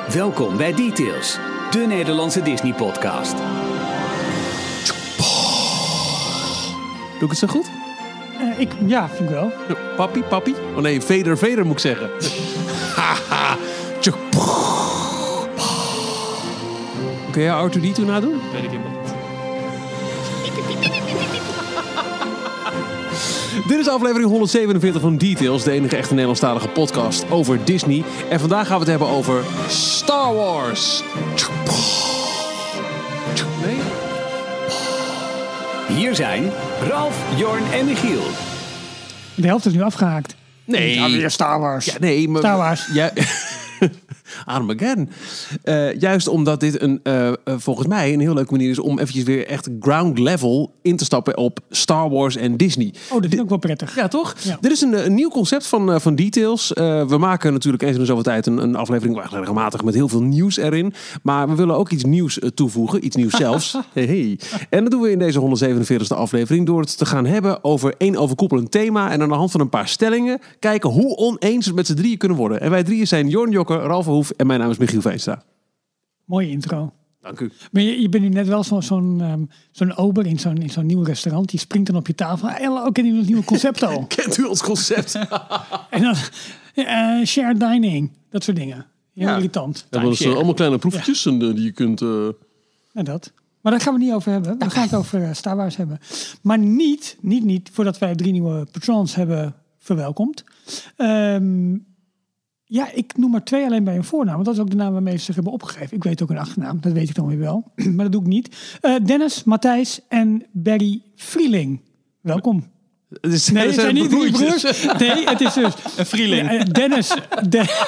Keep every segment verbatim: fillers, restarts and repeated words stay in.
Welkom bij Details, de Nederlandse Disney-podcast. Doe ik het zo goed? Uh, ik, ja, vind ik wel. Papi, papi? Oh nee, Vader, Vader moet ik zeggen. Haha. Kun jij R twee D twee nadoen? Weet ik helemaal niet. Dit is aflevering honderdzevenenveertig van Details, de enige echte Nederlandstalige podcast over Disney. En vandaag gaan we het hebben over Star Wars. Nee? Hier zijn Ralf, Jorn en Michiel. De helft is nu afgehaakt. Nee. Ja, weer Star Wars. Ja, nee, maar... Star Wars. Ja... Armageddon. Uh, juist omdat dit een, uh, uh, volgens mij een heel leuke manier is om eventjes weer echt ground level in te stappen op Star Wars en Disney. Oh, dat is ook wel prettig. Ja, toch? Ja. Dit is een, een nieuw concept van, uh, van Details. Uh, we maken natuurlijk eens in de zoveel tijd een, een aflevering eigenlijk regelmatig met heel veel nieuws erin. Maar we willen ook iets nieuws uh, toevoegen. Iets nieuws zelfs. hey, hey. En dat doen we in deze honderdzevenenveertigste aflevering door het te gaan hebben over één overkoepelend thema. En aan de hand van een paar stellingen kijken hoe oneens we met z'n drieën kunnen worden. En wij drieën zijn Jorn Jokker, Ralf Verhoef en mijn naam is Michiel Veenstra. Mooie intro. Dank u. Maar je, je bent nu net wel zo, zo'n, um, zo'n ober in zo'n, in zo'n nieuw restaurant. Die springt dan op je tafel. Hey, ook in het nieuwe concept al. Kent u ons concept? En dan uh, shared dining. Dat soort dingen. Heel Ja. irritant. Ja, dat zijn allemaal kleine proefjes ja. en, uh, die je kunt... Uh... Nou, dat. Maar daar gaan we het niet over hebben. We gaan het over uh, Star Wars hebben. Maar niet, niet, niet voordat wij drie nieuwe patrons hebben verwelkomd. Um, Ja, ik noem maar twee alleen bij een voornaam. Want dat is ook de naam waarmee ze zich hebben opgegeven. Ik weet ook een achternaam, dat weet ik dan weer wel. Maar dat doe ik niet. Uh, Dennis, Matthijs en Barry Vrieling. Welkom. Het is, nee, het zijn niet drie broers. Nee, het is dus... Een Vrieling. Uh, Dennis... De...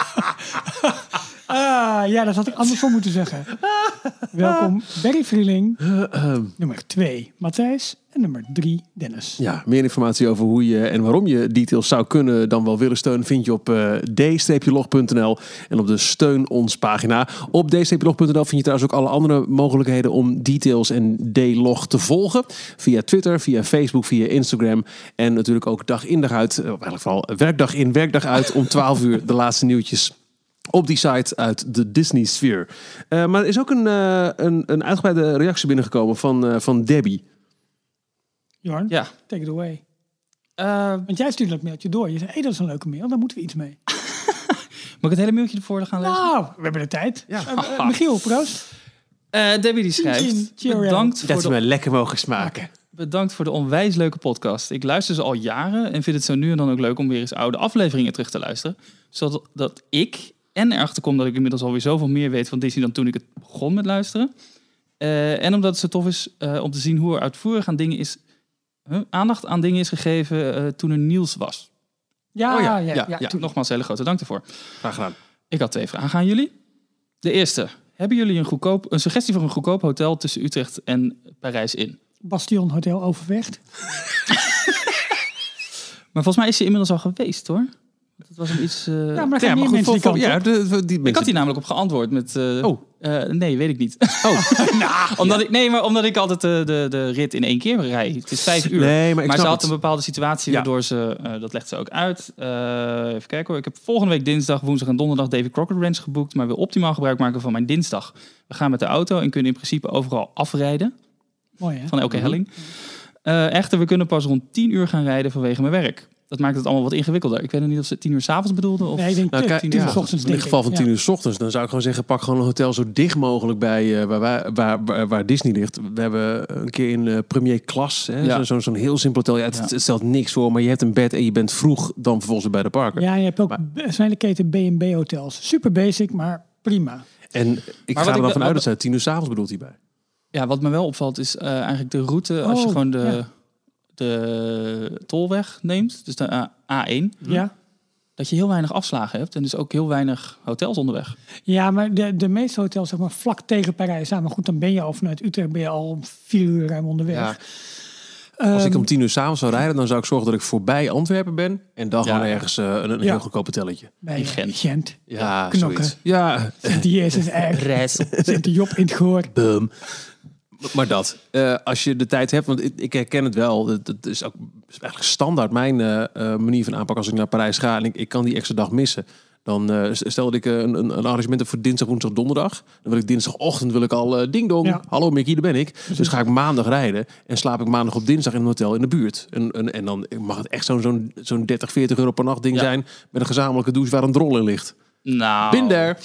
ah, ja, dat had ik andersom moeten zeggen. Welkom, Barry Vrieling. Uh, uh. Nummer twee, Matthijs. En nummer drie, Dennis. Ja, meer informatie over hoe je en waarom je Details zou kunnen dan wel willen steunen vind je op uh, d log punt n l en op de Steun Ons pagina. Op d log punt n l vind je trouwens ook alle andere mogelijkheden om Details en D-Log te volgen. Via Twitter, via Facebook, via Instagram en natuurlijk ook dag in dag uit, of eigenlijk vooral werkdag in, werkdag uit om twaalf uur de laatste nieuwtjes. Op die site uit de Disney-sfeer. Uh, maar er is ook een, uh, een, een uitgebreide reactie binnengekomen van, uh, van Debbie. Jorn, ja. Take it away. Uh, Want jij stuurde dat mailtje door. Je zei, hé, hey, dat is een leuke mail. Daar moeten we iets mee. Moet ik het hele mailtje ervoor gaan lezen? Nou, we hebben de tijd. Ja. Uh, uh, Michiel, proost. Uh, Debbie die schrijft, bedankt voor dat ze de... me lekker mogen smaken. Bedankt voor de onwijs leuke podcast. Ik luister ze al jaren en vind het zo nu en dan ook leuk om weer eens oude afleveringen terug te luisteren. Zodat dat ik en erachter kom dat ik inmiddels alweer zoveel meer weet van Disney dan toen ik het begon met luisteren. Uh, en omdat het zo tof is uh, om te zien hoe er uitvoerig aan dingen is, huh, aandacht aan dingen is gegeven uh, toen er nieuws was. Ja, oh, ja, ja, ja, ja, ja. Nogmaals, hele grote dank ervoor. Graag gedaan. Ik had twee vragen aan jullie. De eerste, hebben jullie een, goedkoop, een suggestie voor een goedkoop hotel tussen Utrecht en Parijs in? Bastion Hotel Overvecht. Maar volgens mij is ze inmiddels al geweest, hoor. Dat was een iets... Uh... Ja, maar ja, maar goed, voor, voor, ja, de, de, die mensen... Ik had hier namelijk op geantwoord met... Uh, oh. Uh, nee, weet ik niet. Oh. nou, omdat ja. ik, nee, maar omdat ik altijd de, de, de rit in één keer rijd. Het is vijf uur. Nee, maar ik maar ze had het. een bepaalde situatie ja. waardoor ze... Uh, dat legt ze ook uit. Uh, even kijken hoor. Ik heb volgende week dinsdag, woensdag en donderdag Davy Crockett Ranch geboekt. Maar wil optimaal gebruik maken van mijn dinsdag. We gaan met de auto en kunnen in principe overal afrijden. Mooi, hè? Van elke helling. Uh, echter, we kunnen pas rond tien uur gaan rijden vanwege mijn werk. Dat maakt het allemaal wat ingewikkelder. Ik weet nog niet of ze tien uur 's avonds bedoelden. Of... Nee, ik denk nou, kijk, tien uur ja, 's ochtends. In ieder geval van tien ja. uur 's ochtends. Dan zou ik gewoon zeggen, pak gewoon een hotel zo dicht mogelijk bij uh, waar, waar, waar, waar, waar Disney ligt. We hebben een keer in uh, premier klas, hè, ja. zo'n, zo'n heel simpel hotel. Ja, het, ja. het stelt niks voor, maar je hebt een bed en je bent vroeg dan vervolgens bij de parken. Ja, je hebt ook maar, een hele keten B en B hotels. Super basic, maar prima. En ik maar ga er wel van uit dat zij tien uur 's avonds bedoelt hierbij. Ja, wat me wel opvalt is uh, eigenlijk de route. Als oh, je gewoon de... Ja. de tolweg neemt, dus de A één, ja. dat je heel weinig afslagen hebt en dus ook heel weinig hotels onderweg. Ja, maar de, de meeste hotels zeg maar vlak tegen Parijs aan. Maar goed, dan ben je al vanuit Utrecht ben je al om vier uur ruim onderweg. Ja. Als um, ik om tien uur 's avonds zou rijden, dan zou ik zorgen dat ik voorbij Antwerpen ben en dan ja. gewoon ergens uh, een, een ja. heel goedkoop hotelletje. Bij Gent. Gent. Ja, knokken. Zoiets. Ja. Die is het echt. Reis. Zit de Job in het goor. Bum. Maar dat, uh, als je de tijd hebt, want ik, ik herken het wel, dat, dat is ook eigenlijk standaard mijn uh, manier van aanpak als ik naar Parijs ga en ik, ik kan die extra dag missen. Dan uh, stel dat ik uh, een, een arrangement heb voor dinsdag, woensdag, donderdag. Dan wil ik dinsdagochtend wil ik al uh, ding dong. Ja. Hallo Mickey, daar ben ik. Dus, dus ga ik maandag rijden en slaap ik maandag op dinsdag in een hotel in de buurt. En, en, en dan mag het echt zo'n, zo'n, zo'n dertig, veertig euro per nacht ding ja. zijn met een gezamenlijke douche waar een drol in ligt. Nou. Bin there.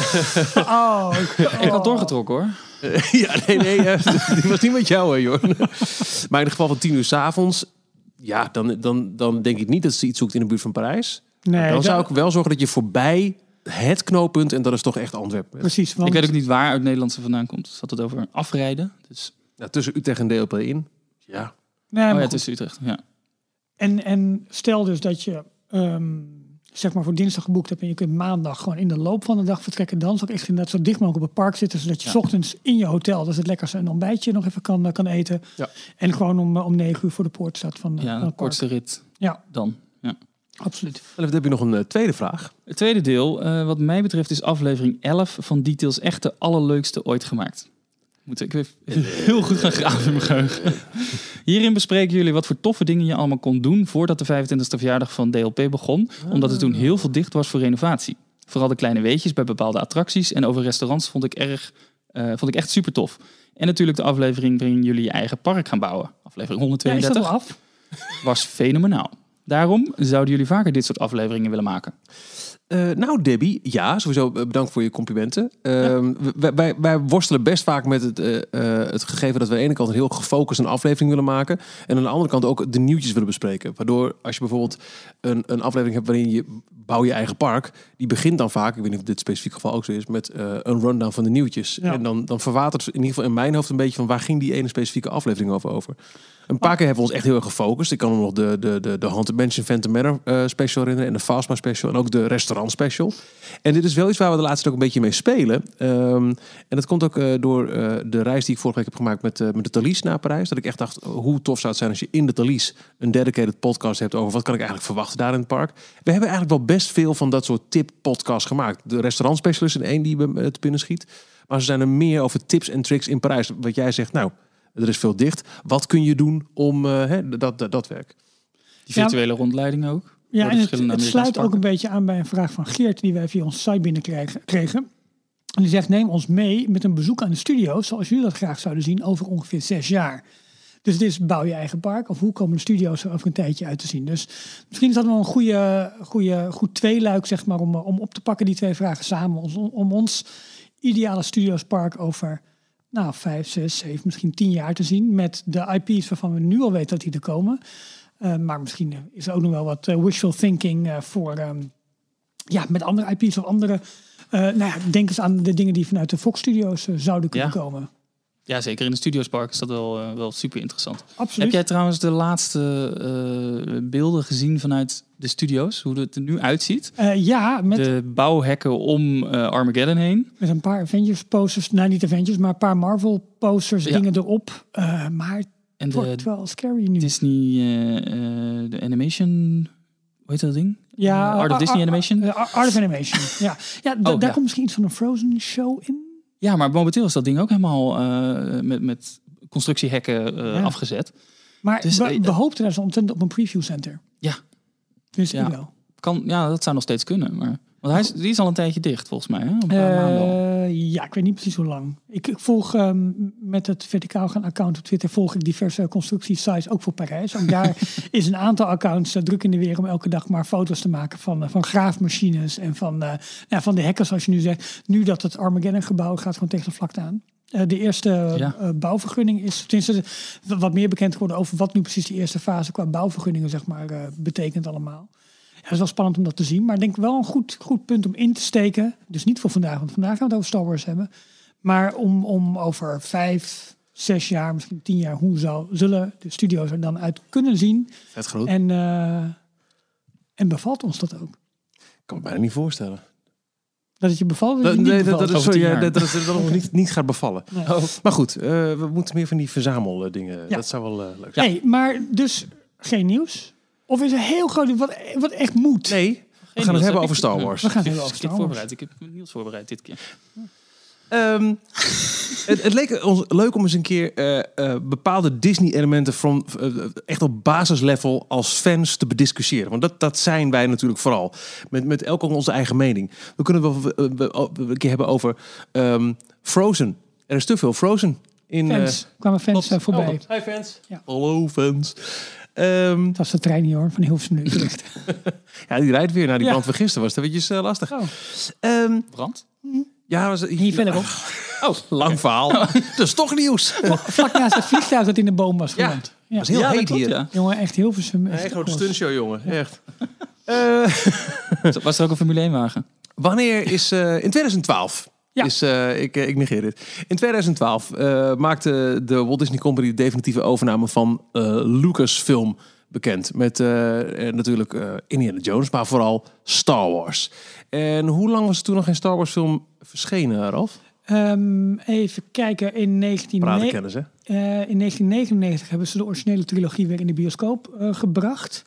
oh, oh. Ik had doorgetrokken hoor. ja, nee, nee. Uh, die was niet met jou, hè, Jorn. Maar in het geval van tien uur 's avonds, ja, dan, dan, dan denk ik niet dat ze iets zoekt in de buurt van Parijs. Nee, dan dat... zou ik wel zorgen dat je voorbij het knooppunt, en dat is toch echt Antwerpen. Precies. Want... Ik weet ook niet waar uit Nederland ze vandaan komt. Dus had het over afrijden. Dus... Ja, tussen Utrecht en D L P in. Ja. Nee, oh ja, tussen Utrecht. Ja. En, en stel dus dat je um, zeg maar voor dinsdag geboekt hebt en je kunt maandag gewoon in de loop van de dag vertrekken. Dan zou ik echt inderdaad zo dicht mogelijk op het park zitten, zodat je 's ja. ochtends in je hotel, dat is het lekkerste, een ontbijtje nog even kan, kan eten. Ja. En gewoon om, om negen uur voor de poort staat van, ja, van het een kortste rit. Ja. Dan. Ja. Absoluut. Dan heb je nog een uh, tweede vraag. Het tweede deel, uh, wat mij betreft, is aflevering elf van Details echt de allerleukste ooit gemaakt. Moet ik even heel goed gaan graven in mijn geheugen. Hierin bespreken jullie wat voor toffe dingen je allemaal kon doen voordat de vijfentwintigste verjaardag van D L P begon, omdat er toen heel veel dicht was voor renovatie. Vooral de kleine weetjes bij bepaalde attracties en over restaurants vond ik, erg, uh, vond ik echt super tof. En natuurlijk de aflevering waarin jullie je eigen park gaan bouwen. Aflevering honderdtweeëndertig. Ja, is dat al af? Was fenomenaal. Daarom zouden jullie vaker dit soort afleveringen willen maken? Uh, nou, Debbie, ja, sowieso bedankt voor je complimenten. Uh, ja. wij, wij, wij worstelen best vaak met het, uh, uh, het gegeven dat we aan de ene kant een heel gefocust een aflevering willen maken. En aan de andere kant ook de nieuwtjes willen bespreken. Waardoor als je bijvoorbeeld een, een aflevering hebt waarin je bouw je eigen park. Die begint dan vaak, ik weet niet of dit specifiek geval ook zo is, met uh, een rundown van de nieuwtjes. Ja. En dan, dan verwatert het in ieder geval in mijn hoofd een beetje van waar ging die ene specifieke aflevering over over. Een paar keer hebben we ons echt heel erg gefocust. Ik kan me nog de, de, de, de Haunted Mansion Phantom Manor uh, special herinneren. En de Fastpass special. En ook de restaurant special. En dit is wel iets waar we de laatste tijd ook een beetje mee spelen. Um, en dat komt ook uh, door uh, de reis die ik vorige week heb gemaakt met, uh, met de Thalys naar Parijs. Dat ik echt dacht, hoe tof zou het zijn als je in de Thalys een dedicated podcast hebt over wat kan ik eigenlijk verwachten daar in het park. We hebben eigenlijk wel best veel van dat soort tip podcasts gemaakt. De restaurant special is een één die me te binnen schiet. Maar er zijn er meer over tips en tricks in Parijs. Wat jij zegt, nou... Er is veel dicht. Wat kun je doen om uh, he, dat, dat, dat werk? Die virtuele ja, rondleiding ook. Ja, en het, het sluit parken. Ook een beetje aan bij een vraag van Geert die wij via onze site binnenkregen. En die zegt, neem ons mee met een bezoek aan de studio's zoals jullie dat graag zouden zien over ongeveer zes jaar. Dus dit is bouw je eigen park of hoe komen de studio's er over een tijdje uit te zien. Dus misschien is dat wel een goede, goede, goed tweeluik zeg maar, om, om op te pakken die twee vragen samen. Om, om ons ideale studiospark over... Nou, vijf, zes, zeven, misschien tien jaar te zien. Met de I P's waarvan we nu al weten dat die er komen. Uh, maar misschien is er ook nog wel wat uh, wishful thinking uh, voor... Um, ja, met andere I P's of andere... Uh, nou ja, denk eens aan de dingen die vanuit de Fox Studios uh, zouden kunnen ja. komen. Ja, zeker. In de Studiospark is dat wel, uh, wel super interessant. Absoluut. Heb jij trouwens de laatste uh, beelden gezien vanuit de studio's? Hoe het er nu uitziet? Uh, ja. Met de bouwhekken om uh, Armageddon heen. Met een paar Avengers posters. Nou, niet Avengers, maar een paar Marvel posters, ja. dingen erop. Uh, maar het en wordt de, wel scary nu. Disney, uh, uh, de animation... Hoe heet dat ding? Ja. Uh, Art of Disney Animation? Uh, Art of Animation, ja. ja d- oh, daar ja. komt misschien iets van een Frozen show in. Ja, maar momenteel is dat ding ook helemaal uh, met, met constructiehekken uh, ja. afgezet. Maar dus, we, uh, we hoopten daar zo ontzettend op een preview center. Ja. Dus ja. wel. Kan, ja, dat zou nog steeds kunnen. Maar, want hij is, die is al een tijdje dicht, volgens mij. Hè? Een paar uh, maanden al. Ja, ik weet niet precies hoe lang. Ik, ik volg um, met het verticaal gaan account op Twitter... volg ik diverse constructiesites, ook voor Parijs. Ook daar is een aantal accounts uh, druk in de weer... om elke dag maar foto's te maken van, uh, van graafmachines... en van, uh, nou, van de hekken, zoals je nu zegt. Nu dat het Armageddon-gebouw gaat gewoon tegen de vlakte aan. Uh, de eerste ja. uh, bouwvergunning is... tenminste wat meer bekend geworden over... wat nu precies de eerste fase qua bouwvergunningen zeg maar, uh, betekent allemaal. Ja, dat is wel spannend om dat te zien. Maar ik denk wel een goed, goed punt om in te steken. Dus niet voor vandaag, want vandaag gaan we het over Star Wars hebben. Maar om, om over vijf, zes jaar, misschien tien jaar... hoe zou, zullen de studio's er dan uit kunnen zien? Vet groot. En, uh, en bevalt ons dat ook? Ik kan me bijna niet voorstellen. Dat het je bevalt? Dat, dat, je nee, niet bevalt? dat, dat, sorry, ja, dat, dat het nog niet, niet gaat bevallen. Nee. Oh. Maar goed, uh, we moeten meer van die verzameldingen. Ja. Dat zou wel uh, leuk zijn. Nee, maar dus geen nieuws? Of is er heel groot wat, wat echt moet? Nee, we gaan het hebben over Star Wars. We gaan het ik hebben over Star Wars. Voorbereid. Ik heb Niels voorbereid dit keer. Um, het, het leek ons leuk om eens een keer uh, uh, bepaalde Disney-elementen van uh, echt op basislevel als fans te bediscussiëren. Want dat, dat zijn wij natuurlijk vooral. Met, met elk onze eigen mening. We kunnen wel we, we, we een keer hebben over um, Frozen. Er is te veel Frozen. In, fans. Uh, kwamen fans uh, voorbij. Oh, hi fans. Ja. Hallo fans. Um, dat was de trein hier hoor, van Hilversum naar Utrecht. Ja, die rijdt weer naar die ja. brand van gisteren. Was dat eventjes uh, lastig. Oh. Um, brand? Ja, was, hier verderop. Oh, lang verhaal. Dat is toch nieuws. Vlak naast het vliegtuig dat in de boom was geland. Ja, ja. was heel ja, heet klopt, hier. Ja. Jongen, echt Hilversum. Een hele grote stuntshow, jongen. Ja. Echt. Uh, was er ook een Formule één wagen? Wanneer is... Uh, in twintig twaalf... Ja. Is, uh, ik, ik negeer dit. In twintig twaalf uh, maakte de Walt Disney Company de definitieve overname van uh, Lucasfilm bekend. Met uh, natuurlijk uh, Indiana Jones, maar vooral Star Wars. En hoe lang was er toen nog geen Star Wars film verschenen, Ralf? Um, even kijken, in, negentien... kennis, hè? Uh, in negentien negenennegentig hebben ze de originele trilogie weer in de bioscoop uh, gebracht.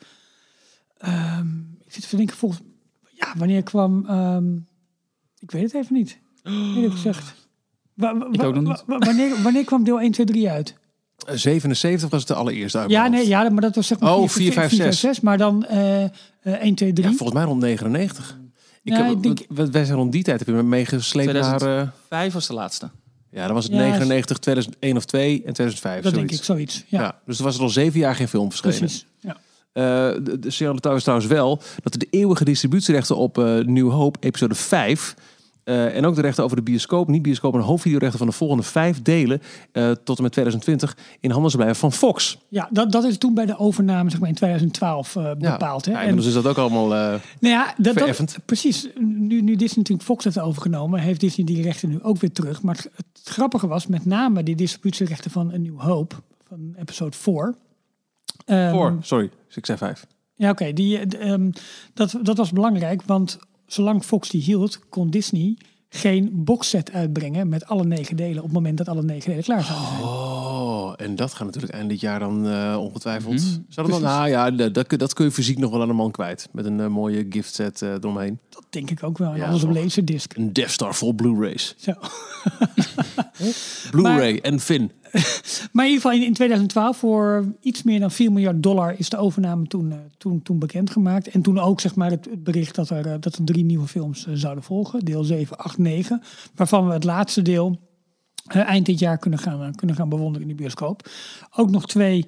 Um, ik zit te denken, volgens... Ja, wanneer kwam... Um, ik weet het even niet. Eerlijk gezegd. Wa- wa- ik ook nog niet. Wa- wanneer, wanneer kwam deel één, twee, drie uit? zevenenzeventig was het de allereerste uit. Ja, nee, ja, maar dat was zeg maar oh, vier, vijf, zes. Maar dan uh, uh, één, twee, drie. Ja, volgens mij rond negenennegentig. Ik ja, heb, ik denk... Wij zijn rond die tijd heb je me meegesleept naar... tweeduizend vijf was de laatste. Ja, dan was het ja, negenennegentig, tweeduizend één of twee en tweeduizend vijf. Dat zoiets. denk ik, zoiets. Ja. Ja, dus er was er al zeven jaar geen film verschenen. Precies, ja. Uh, de, de Seattle trouwens, trouwens wel dat de eeuwige distributierechten op uh, New Hope, episode vijf... Uh, en ook de rechten over de bioscoop, niet bioscoop, maar hoofdvideorechten van de volgende vijf delen uh, tot en met twintig twintig in handen zou blijven van Fox. Ja, dat, dat is toen bij de overname zeg maar in twintig twaalf uh, bepaald. Ja, hè? ja, en dus is dat ook allemaal uh, nou ja, dat, vereffend. Dat, precies. Nu, nu Disney natuurlijk Fox heeft overgenomen, heeft Disney die rechten nu ook weer terug. Maar het, het grappige was met name die distributierechten van A New Hope, van episode vier. Um, Four, sorry, ik zei vijf. Ja, oké. Okay, die um, dat, dat was belangrijk, want zolang Fox die hield, kon Disney geen boxset uitbrengen met alle negen delen op het moment dat alle negen delen klaar zouden zijn. Oh, en dat gaat natuurlijk eind dit jaar dan uh, ongetwijfeld. Mm-hmm. Zou dat, dan, nou ja, dat, dat kun je fysiek nog wel aan een man kwijt. Met een uh, mooie giftset uh, eromheen. Dat denk ik ook wel. En ja, alles op laserdisc. Een Death Star vol Blu-rays. Zo. Blu-ray en Fin. Maar in ieder geval in, in twintig twaalf voor iets meer dan vier miljard dollar is de overname toen, uh, toen, toen bekendgemaakt. En toen ook zeg maar het, het bericht dat er, uh, dat er drie nieuwe films uh, zouden volgen. Deel zeven, acht, negen. Waarvan we het laatste deel uh, eind dit jaar kunnen gaan, uh, kunnen gaan bewonderen in de bioscoop. Ook nog twee,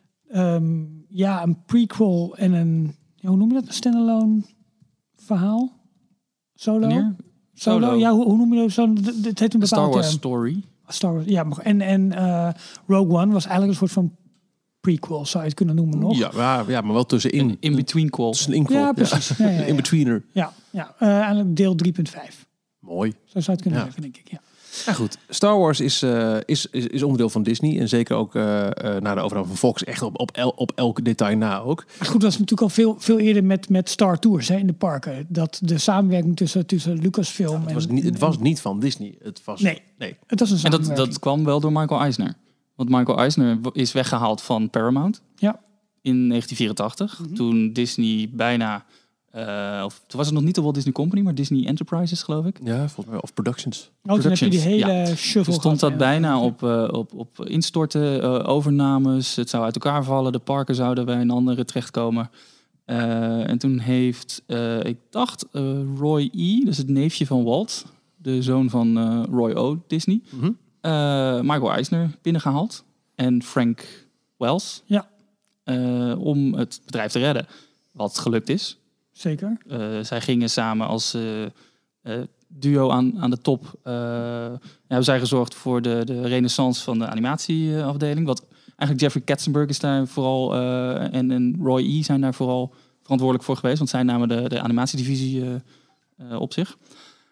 um, ja, een prequel en een, ja, hoe noem je dat? Een standalone verhaal? Solo? Wanneer? Solo? Solo? Ja, hoe, hoe noem je dat? Zo, het heeft een bepaalde Star Wars term. Story. Star Wars, ja, en, en uh, Rogue One was eigenlijk een soort van prequel, zou je het kunnen noemen nog. Ja, ja, ja maar wel tussenin. In-between call. Tussenin call. Ja, precies. Ja. Ja, ja, ja. In-betweener. Ja, ja. Uh, eigenlijk deel drie punt vijf. Mooi. Zo zou je het kunnen ja. zeggen, denk ik. Ja. Ja, goed. Star Wars is, uh, is, is, is onderdeel van Disney. En zeker ook uh, uh, na de overname van Fox. Echt op, op, el, op elk detail na ook. Maar goed, dat was natuurlijk al veel, veel eerder met, met Star Tours hè, in de parken. Dat de samenwerking tussen, tussen Lucasfilm ja, het en... was niet, het en, was niet van Disney. Het was, nee, nee, het was een En samenwerking. dat, dat kwam wel door Michael Eisner. Want Michael Eisner is weggehaald van Paramount. Ja. In negentien vierentachtig. Mm-hmm. Toen Disney bijna... Uh, of toen was het nog niet de Walt Disney Company, maar Disney Enterprises, geloof ik. Ja, volgens mij. Of Productions. Oh, toen heb je die hele ja. shuffle dus stond dat gehad, bijna ja. op, uh, op, op instorten, uh, overnames. Het zou uit elkaar vallen. De parken zouden bij een andere terechtkomen. Uh, en toen heeft, uh, ik dacht, uh, Roy E., dus het neefje van Walt, de zoon van uh, Roy O. Disney, Mm-hmm. uh, Michael Eisner binnengehaald. En Frank Wells. Ja. Uh, om het bedrijf te redden. Wat gelukt is. Zeker. Uh, zij gingen samen als uh, uh, duo aan, aan de top. Uh, hebben zij gezorgd voor de, de renaissance van de animatieafdeling. Wat eigenlijk Jeffrey Katzenberg is daar vooral uh, en, en Roy E. zijn daar vooral verantwoordelijk voor geweest. Want zij namen de, de animatiedivisie uh, uh, op zich.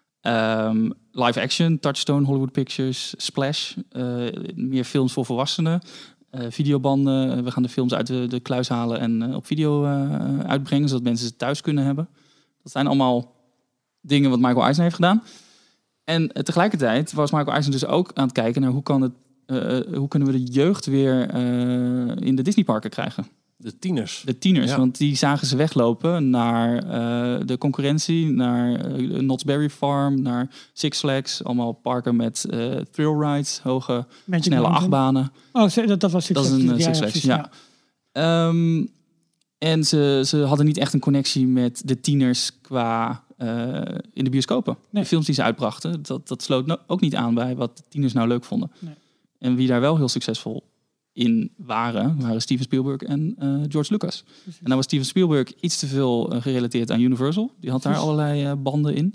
Um, live action, Touchstone, Hollywood Pictures, Splash. Uh, meer films voor volwassenen. Uh, videobanden. We gaan de films uit de, de kluis halen en uh, op video uh, uitbrengen, zodat mensen ze thuis kunnen hebben. Dat zijn allemaal dingen wat Michael Eisner heeft gedaan. En uh, tegelijkertijd was Michael Eisner dus ook aan het kijken naar hoe, kan het, uh, hoe kunnen we de jeugd weer uh, in de Disneyparken krijgen. De tieners. De tieners, Ja. want die zagen ze weglopen naar uh, de concurrentie, naar uh, Knott's Berry Farm, naar Six Flags. Allemaal parken met uh, thrill rides, hoge, Magic snelle Mountain. achtbanen. Oh, dat, dat was Six Dat is Flags. een uh, Ja, Six ja, Flags, precies, ja. ja. Um, en ze, ze hadden niet echt een connectie met de tieners qua uh, in de bioscopen. Nee. De films die ze uitbrachten, dat, dat sloot no- ook niet aan bij wat de tieners nou leuk vonden. Nee. En wie daar wel heel succesvol in waren, waren Steven Spielberg en uh, George Lucas. Precies. En dan was Steven Spielberg iets te veel uh, gerelateerd aan Universal. Die had daar Precies. allerlei uh, banden in.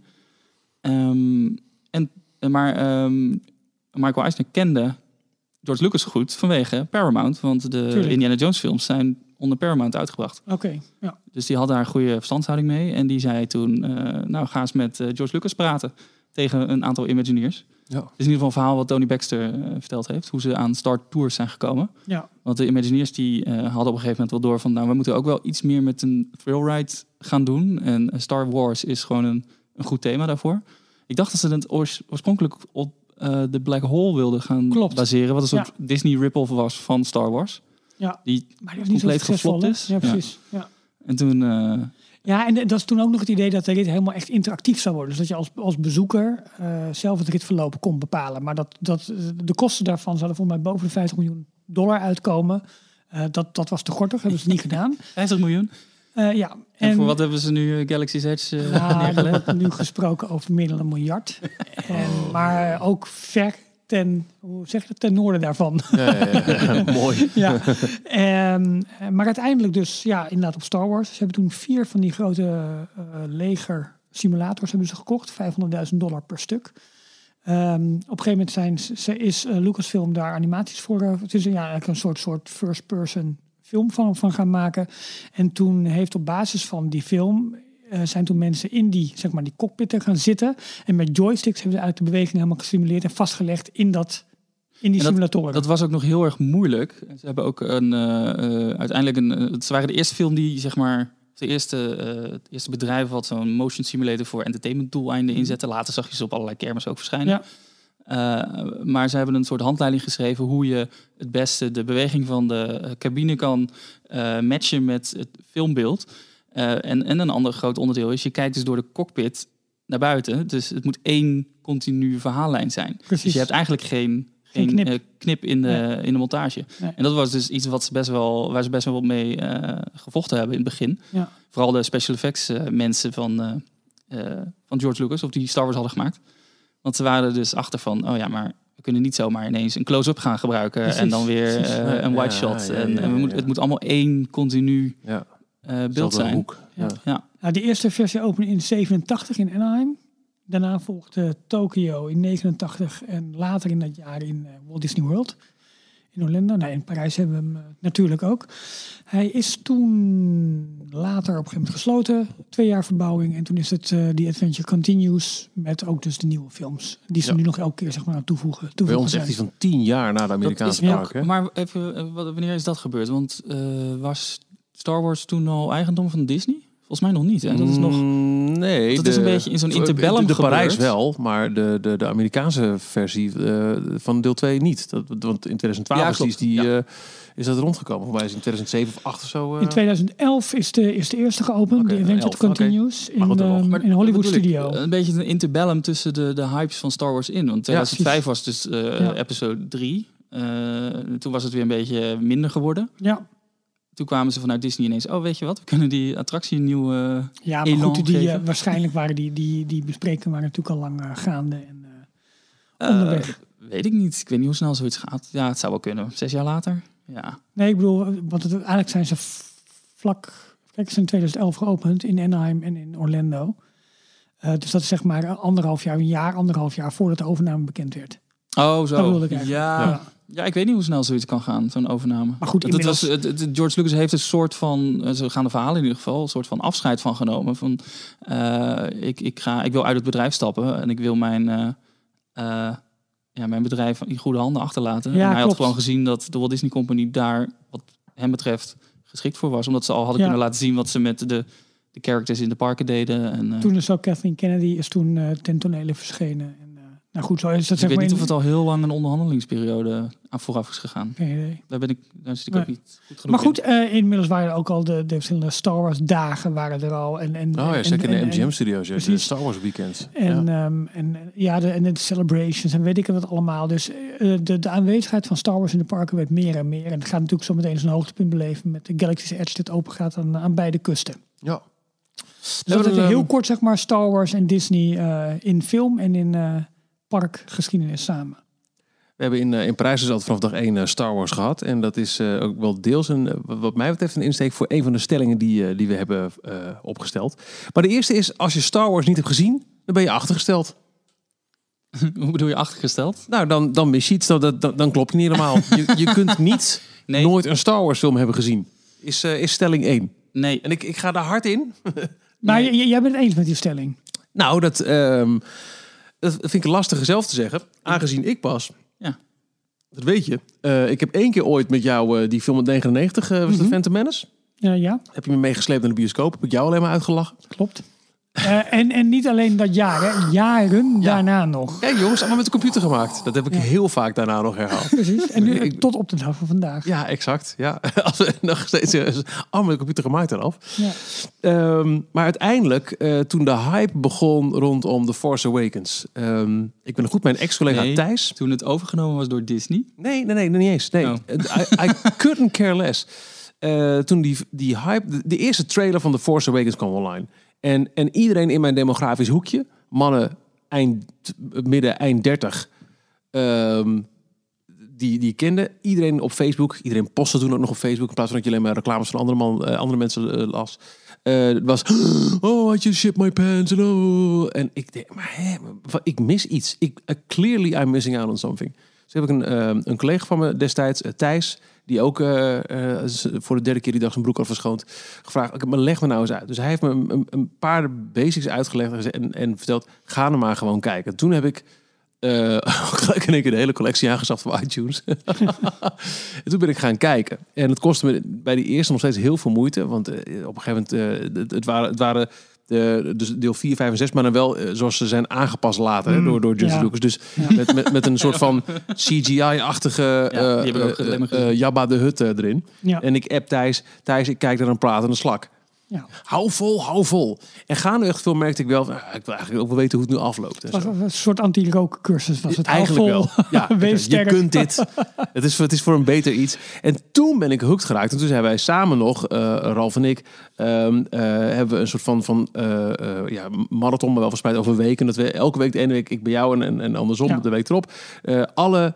Um, en, maar um, Michael Eisner kende George Lucas goed vanwege Paramount. Want de Tuurlijk. Indiana Jones films zijn onder Paramount uitgebracht. Oké, okay, ja. Dus die had daar een goede verstandhouding mee. En die zei toen, uh, nou ga eens met uh, George Lucas praten. Tegen een aantal Imagineers. Ja. Het is in ieder geval een verhaal wat Tony Baxter uh, verteld heeft. Hoe ze aan Star Tours zijn gekomen. Ja. Want de Imagineers die uh, hadden op een gegeven moment wel door van... nou, we moeten ook wel iets meer met een thrill ride gaan doen. En uh, Star Wars is gewoon een, een goed thema daarvoor. Ik dacht dat ze het oors- oorspronkelijk op uh, de Black Hole wilden gaan Klopt. baseren. Wat een soort Ja. Disney rip-off was van Star Wars. Ja. Die Maar die was niet zo compleet succesvol, geflopt hè? is. Ja, precies. Ja. Ja. En toen... Uh, Ja, en dat is toen ook nog het idee dat de rit helemaal echt interactief zou worden. Dus dat je als, als bezoeker uh, zelf het ritverloop kon bepalen. Maar dat, dat, de kosten daarvan zouden volgens mij boven de vijftig miljoen dollar uitkomen. Uh, dat, dat was te gortig, hebben ze niet gedaan. vijftig miljoen? Uh, ja. En, en voor wat hebben ze nu uh, Galaxy's Edge uh, nou, er neergelegd? wordt nu gesproken over meer dan een miljard. En, maar ook ver ten, hoe zeg je dat, ten noorden daarvan. Ja, ja, ja. Mooi. Ja. Um, maar uiteindelijk dus, ja, inderdaad op Star Wars. Ze hebben toen vier van die grote uh, leger simulators hebben ze gekocht. vijfhonderdduizend dollar per stuk. Um, op een gegeven moment zijn, ze, is uh, Lucasfilm daar animaties voor. Uh, het is ja, eigenlijk een soort, soort first-person film van, van gaan maken. En toen heeft op basis van die film... Uh, zijn toen mensen in die, zeg maar, die cockpitten gaan zitten. En met joysticks hebben ze uit de beweging helemaal gesimuleerd... en vastgelegd in, dat, in die dat, simulatoren. Dat was ook nog heel erg moeilijk. Ze hebben ook een, uh, uh, uiteindelijk een... Uh, het waren de eerste film die, zeg maar... De eerste, uh, het eerste bedrijf wat zo'n motion simulator voor entertainment doeleinden inzette. Later zag je ze op allerlei kermis ook verschijnen. Ja. Uh, maar ze hebben een soort handleiding geschreven hoe je het beste de beweging van de cabine kan uh, matchen met het filmbeeld. Uh, en, en een ander groot onderdeel is, je kijkt dus door de cockpit naar buiten. Dus het moet één continue verhaallijn zijn. Precies. Dus je hebt eigenlijk geen, geen, geen knip. Uh, knip in de, nee. in de montage. Nee. En dat was dus iets wat ze best wel, waar ze best wel mee uh, gevochten hebben in het begin. Ja. Vooral de special effects uh, mensen van, uh, uh, van George Lucas, of die Star Wars hadden gemaakt. Want ze waren er dus achter van, oh ja, maar we kunnen niet zomaar ineens een close-up gaan gebruiken. Precies. En dan weer uh, een wide shot. Ja, ja, ja, en, en we moet, het moet allemaal één continu ja. uh, beeld zijn. Hoek. Ja. Ja. Nou, de eerste versie opende in zevenentachtig in Anaheim. Daarna volgde Tokio in negenentachtig en later in dat jaar in uh, Walt Disney World. In Orlando. Nou, in Parijs hebben we hem uh, natuurlijk ook. Hij is toen later op een gegeven moment gesloten. Twee jaar verbouwing. En toen is het uh, The Adventure Continues. Met ook dus de nieuwe films. Die ze ja. nu nog elke keer zeg maar aan toevoegen. toevoegen Bij ons echt iets van tien jaar na de Amerikaanse park. Ja, maar even, wanneer is dat gebeurd? Want uh, was Star Wars toen al eigendom van Disney? Volgens mij nog niet. Hè? Dat is nog. Nee, dat de, is een beetje in zo'n interbellum de, de gebeurd. Parijs wel, maar de, de, de Amerikaanse versie uh, van deel twee niet. Dat, want in twintig twaalf ja, is, die, ja. uh, is dat rondgekomen. Voor mij is in twintig zeven of acht of zo. Uh... In twintig elf is de, is de eerste geopend. Okay, de Adventure elf, Continues. Okay. In, um, maar, in Hollywood Studio. Ik, een beetje een interbellum tussen de, de hypes van Star Wars in. Want twintig vijf ja, was dus uh, ja. episode drie. Uh, toen was het weer een beetje minder geworden. Ja. Toen kwamen ze vanuit Disney ineens, oh weet je wat, we kunnen die attractie een nieuwe uh, ja, maar goed, die, uh, waarschijnlijk waren die, die, die besprekingen waren natuurlijk al lang uh, gaande en uh, onderweg. Uh, weet ik niet, ik weet niet hoe snel zoiets gaat. Ja, het zou wel kunnen, zes jaar later. Ja. Nee, ik bedoel, want het, eigenlijk zijn ze vlak, kijk, ze zijn in twintig elf geopend in Anaheim en in Orlando. Uh, dus dat is zeg maar anderhalf jaar, een jaar, anderhalf jaar voordat de overname bekend werd. Oh, zo. Dat wilde ik ja. ja. Ja, ik weet niet hoe snel zoiets kan gaan, zo'n overname. Maar goed, het, inmiddels... het was, het, het, George Lucas heeft een soort van, zo gaan de verhalen in ieder geval, een soort van afscheid van genomen. Van, uh, ik, ik, ga, ik wil uit het bedrijf stappen en ik wil mijn, uh, uh, ja, mijn bedrijf in goede handen achterlaten. Ja, en hij klopt. had gewoon gezien dat de Walt Disney Company daar, wat hem betreft, geschikt voor was. Omdat ze al hadden ja. kunnen laten zien wat ze met de, de characters in de parken deden. En, uh... Toen is ook Kathleen Kennedy is toen uh, ten tonele verschenen. En, uh, Nou goed, zo is dat Ik zeg weet maar... niet of in- het al heel lang een onderhandelingsperiode aan vooraf is gegaan. Geen idee. Daar ben ik, daar zit ik Nee. ook niet goed genoeg Maar goed, in. eh, inmiddels waren er ook al de, de verschillende Star Wars dagen waren er al. En, en, Oh ja, en, zeker in en- de M G M-studio's. Ja, de precies. Star Wars weekends. En, ja. ehm, en ja, de, en de celebrations en weet ik wat allemaal. Dus eh, de, de aanwezigheid van Star Wars in de parken werd meer en meer. En het gaat natuurlijk zo meteen zijn hoogtepunt beleven met de Galaxy's Edge dat open gaat aan, aan beide kusten. ja. Dus We dat hebben is heel een, kort zeg maar Star Wars en Disney eh, in film en in eh, parkgeschiedenis samen. We hebben in, uh, in Parijs dus altijd vanaf dag één uh, Star Wars gehad. En dat is uh, ook wel deels een, uh, wat mij betreft een insteek voor een van de stellingen die, uh, die we hebben uh, opgesteld. Maar de eerste is, als je Star Wars niet hebt gezien, dan ben je achtergesteld. Hoe bedoel je achtergesteld? Nou, dan, dan mis je iets, dan, dan, dan klopt je niet helemaal. Je, je kunt niet Nee. nooit een Star Wars film hebben gezien. Is, uh, is stelling één. Nee. En ik, ik ga daar hard in. Maar Nee. j- jij bent het eens met die stelling. Nou, dat, um, dat vind ik lastig zelf te zeggen. Aangezien ik pas... Ja. Dat weet je. Uh, ik heb één keer ooit met jou uh, die film uit negenennegentig, uh, was Mhm. de Phantom Menace. Ja, ja, Heb je me meegesleept naar de bioscoop? Heb ik jou alleen maar uitgelachen? klopt. Eh, en, en niet alleen dat jaar, hè. Jaren Ja. daarna nog. Kijk jongens, allemaal met de computer gemaakt. Dat heb ik Ja. heel vaak daarna nog herhaald. Precies. En nu Ik- tot op de dag van vandaag. Ja, exact. Ja. Als we nog steeds uh, allemaal met de computer gemaakt eraf. Ja. Um, maar uiteindelijk, uh, toen de hype begon rondom The Force Awakens. Um, ik ben goed, mijn ex-collega Nee. Thijs. Toen het overgenomen was door Disney. Nee, nee, nee, niet eens. Nee, Oh. I, I couldn't care less. Uh, toen die, die hype, de, de eerste trailer van The Force Awakens kwam online. En, en iedereen in mijn demografisch hoekje, mannen eind, midden, eind dertig, um, die, die kende. Iedereen op Facebook, iedereen postte toen ook nog op Facebook, in plaats van dat je alleen maar reclames van andere, man, uh, andere mensen uh, las. Uh, het was, oh, I just shit my pants. And, oh. en ik denk, maar hè, ik mis iets. Ik, uh, clearly I'm missing out on something. Dus heb ik een, uh, een collega van me destijds, uh, Thijs, die ook uh, uh, voor de derde keer die dag zijn broek had verschoond, gevraagd, okay, maar leg me nou eens uit. Dus hij heeft me een, een, een paar basics uitgelegd en, en verteld, ga er maar gewoon kijken. Toen heb ik uh, gelijk in één keer de hele collectie aangeschaft van iTunes. En toen ben ik gaan kijken. En het kostte me bij die eerste nog steeds heel veel moeite, want uh, op een gegeven moment, uh, het, het waren... Het waren De, dus deel vier, vijf en zes, maar dan wel uh, zoals ze zijn aangepast later hè, Mm, door, door George ja. Lucas. Dus Ja. met, met, met een soort van C G I-achtige Ja, die heb ik ook uh, alleen maar uh, gezien. uh, Jabba de Hutt uh, erin. Ja. En ik app Thijs, Thijs, ik kijk naar een pratende slak. Ja. Hou vol, hou vol. En gaandeweg veel merkte ik wel, nou, ik wil eigenlijk ook wel weten hoe het nu afloopt. En Het zo. was een soort anti-rookcursus was het. Eigenlijk Hou vol. wel. Ja, Wees je sterk. kunt dit. Het is, het is voor een beter iets. En toen ben ik hooked geraakt. En toen zijn wij samen nog, uh, Ralf en ik, um, uh, hebben we een soort van, van uh, uh, ja, marathon, maar wel verspreid over weken. Dat we elke week, de ene week ik bij jou en, en, en andersom Ja. de week erop, uh, alle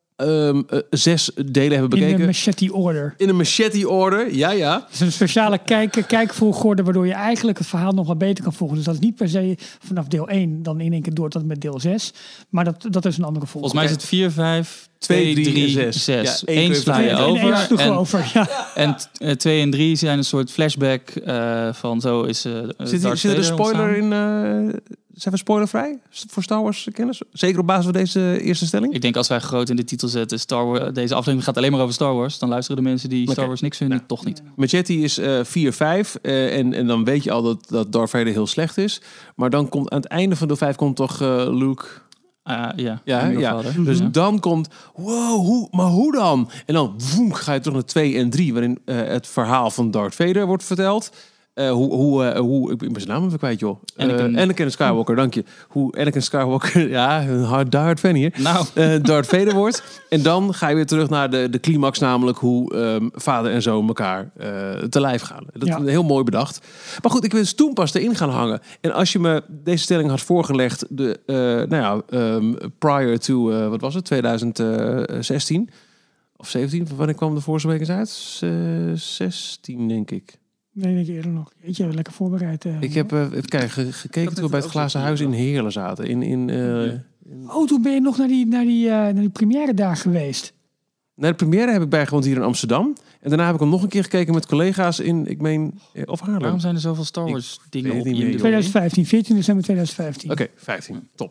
um, uh, zes delen hebben In bekeken. de machete order. In een machete order, ja ja. Het is een speciale kijk, kijkvolgorde waardoor je eigenlijk het verhaal nog wat beter kan volgen. Dus dat is niet per se vanaf deel één dan in één keer door tot met deel zes. Maar dat, dat is een andere volgorde. Volgens mij is het vier, vijf, Twee, twee, drie drie, en zes. zes. Ja, één Eén keer sla je even- En over. één sloeg En, over, ja. en uh, twee en drie zijn een soort flashback uh, van zo is uh, Zit, hier- zit er een spoiler in? Uh, zijn we spoilervrij voor Star Wars kennis? Zeker op basis van deze eerste stelling? Ik denk als wij groot in de titel zetten, Star Wars, deze aflevering gaat alleen maar over Star Wars, dan luisteren de mensen die Star Oké. Wars niks vinden, toch niet. Machete is uh, vier vijf. Uh, en, en dan weet je al dat, dat Darth Vader heel slecht is. Maar dan komt aan het einde van deel vijf komt toch uh, Luke... Uh, ja, Ja, mijn ja. vader. Dus Ja. dan komt, wow, hoe, maar hoe dan? En dan woem, ga je terug naar twee en drie, waarin uh, het verhaal van Darth Vader wordt verteld. Uh, hoe, hoe, uh, hoe, ik ben zijn naam even kwijt, joh. Uh, Anakin. Anakin Skywalker, dank je. Hoe Anakin Skywalker, ja, een hard hard fan hier. Nou, Uh, Darth Vader wordt. En dan ga je weer terug naar de, de climax, namelijk hoe um, vader en zoon elkaar uh, te lijf gaan. Dat Ja. is heel mooi bedacht. Maar goed, ik ben dus toen pas erin gaan hangen. En als je me deze stelling had voorgelegd, de, uh, nou ja, um, prior to, uh, wat was het, twintig zestien of zeventien, wanneer kwam de Force Awakens uit? Uh, zestien, denk ik. Nee, denk ik eerder nog. Jeetje, lekker voorbereid. eh. Ik heb uh, even kijken, ge- gekeken toen we bij het Glazen Huis in Heerlen zaten. In, in, uh, in... Oh, toen ben je nog naar die, naar die, uh, naar die première daar geweest. Na de première heb ik bijgewoond hier in Amsterdam. En daarna heb ik hem nog een keer gekeken met collega's in, ik meen, eh, of Haarlem. waarom zijn er zoveel Star Wars Ik dingen weet op niet meer, je joh. twintig vijftien, veertien december twintig vijftien. Oké, vijftien. Top.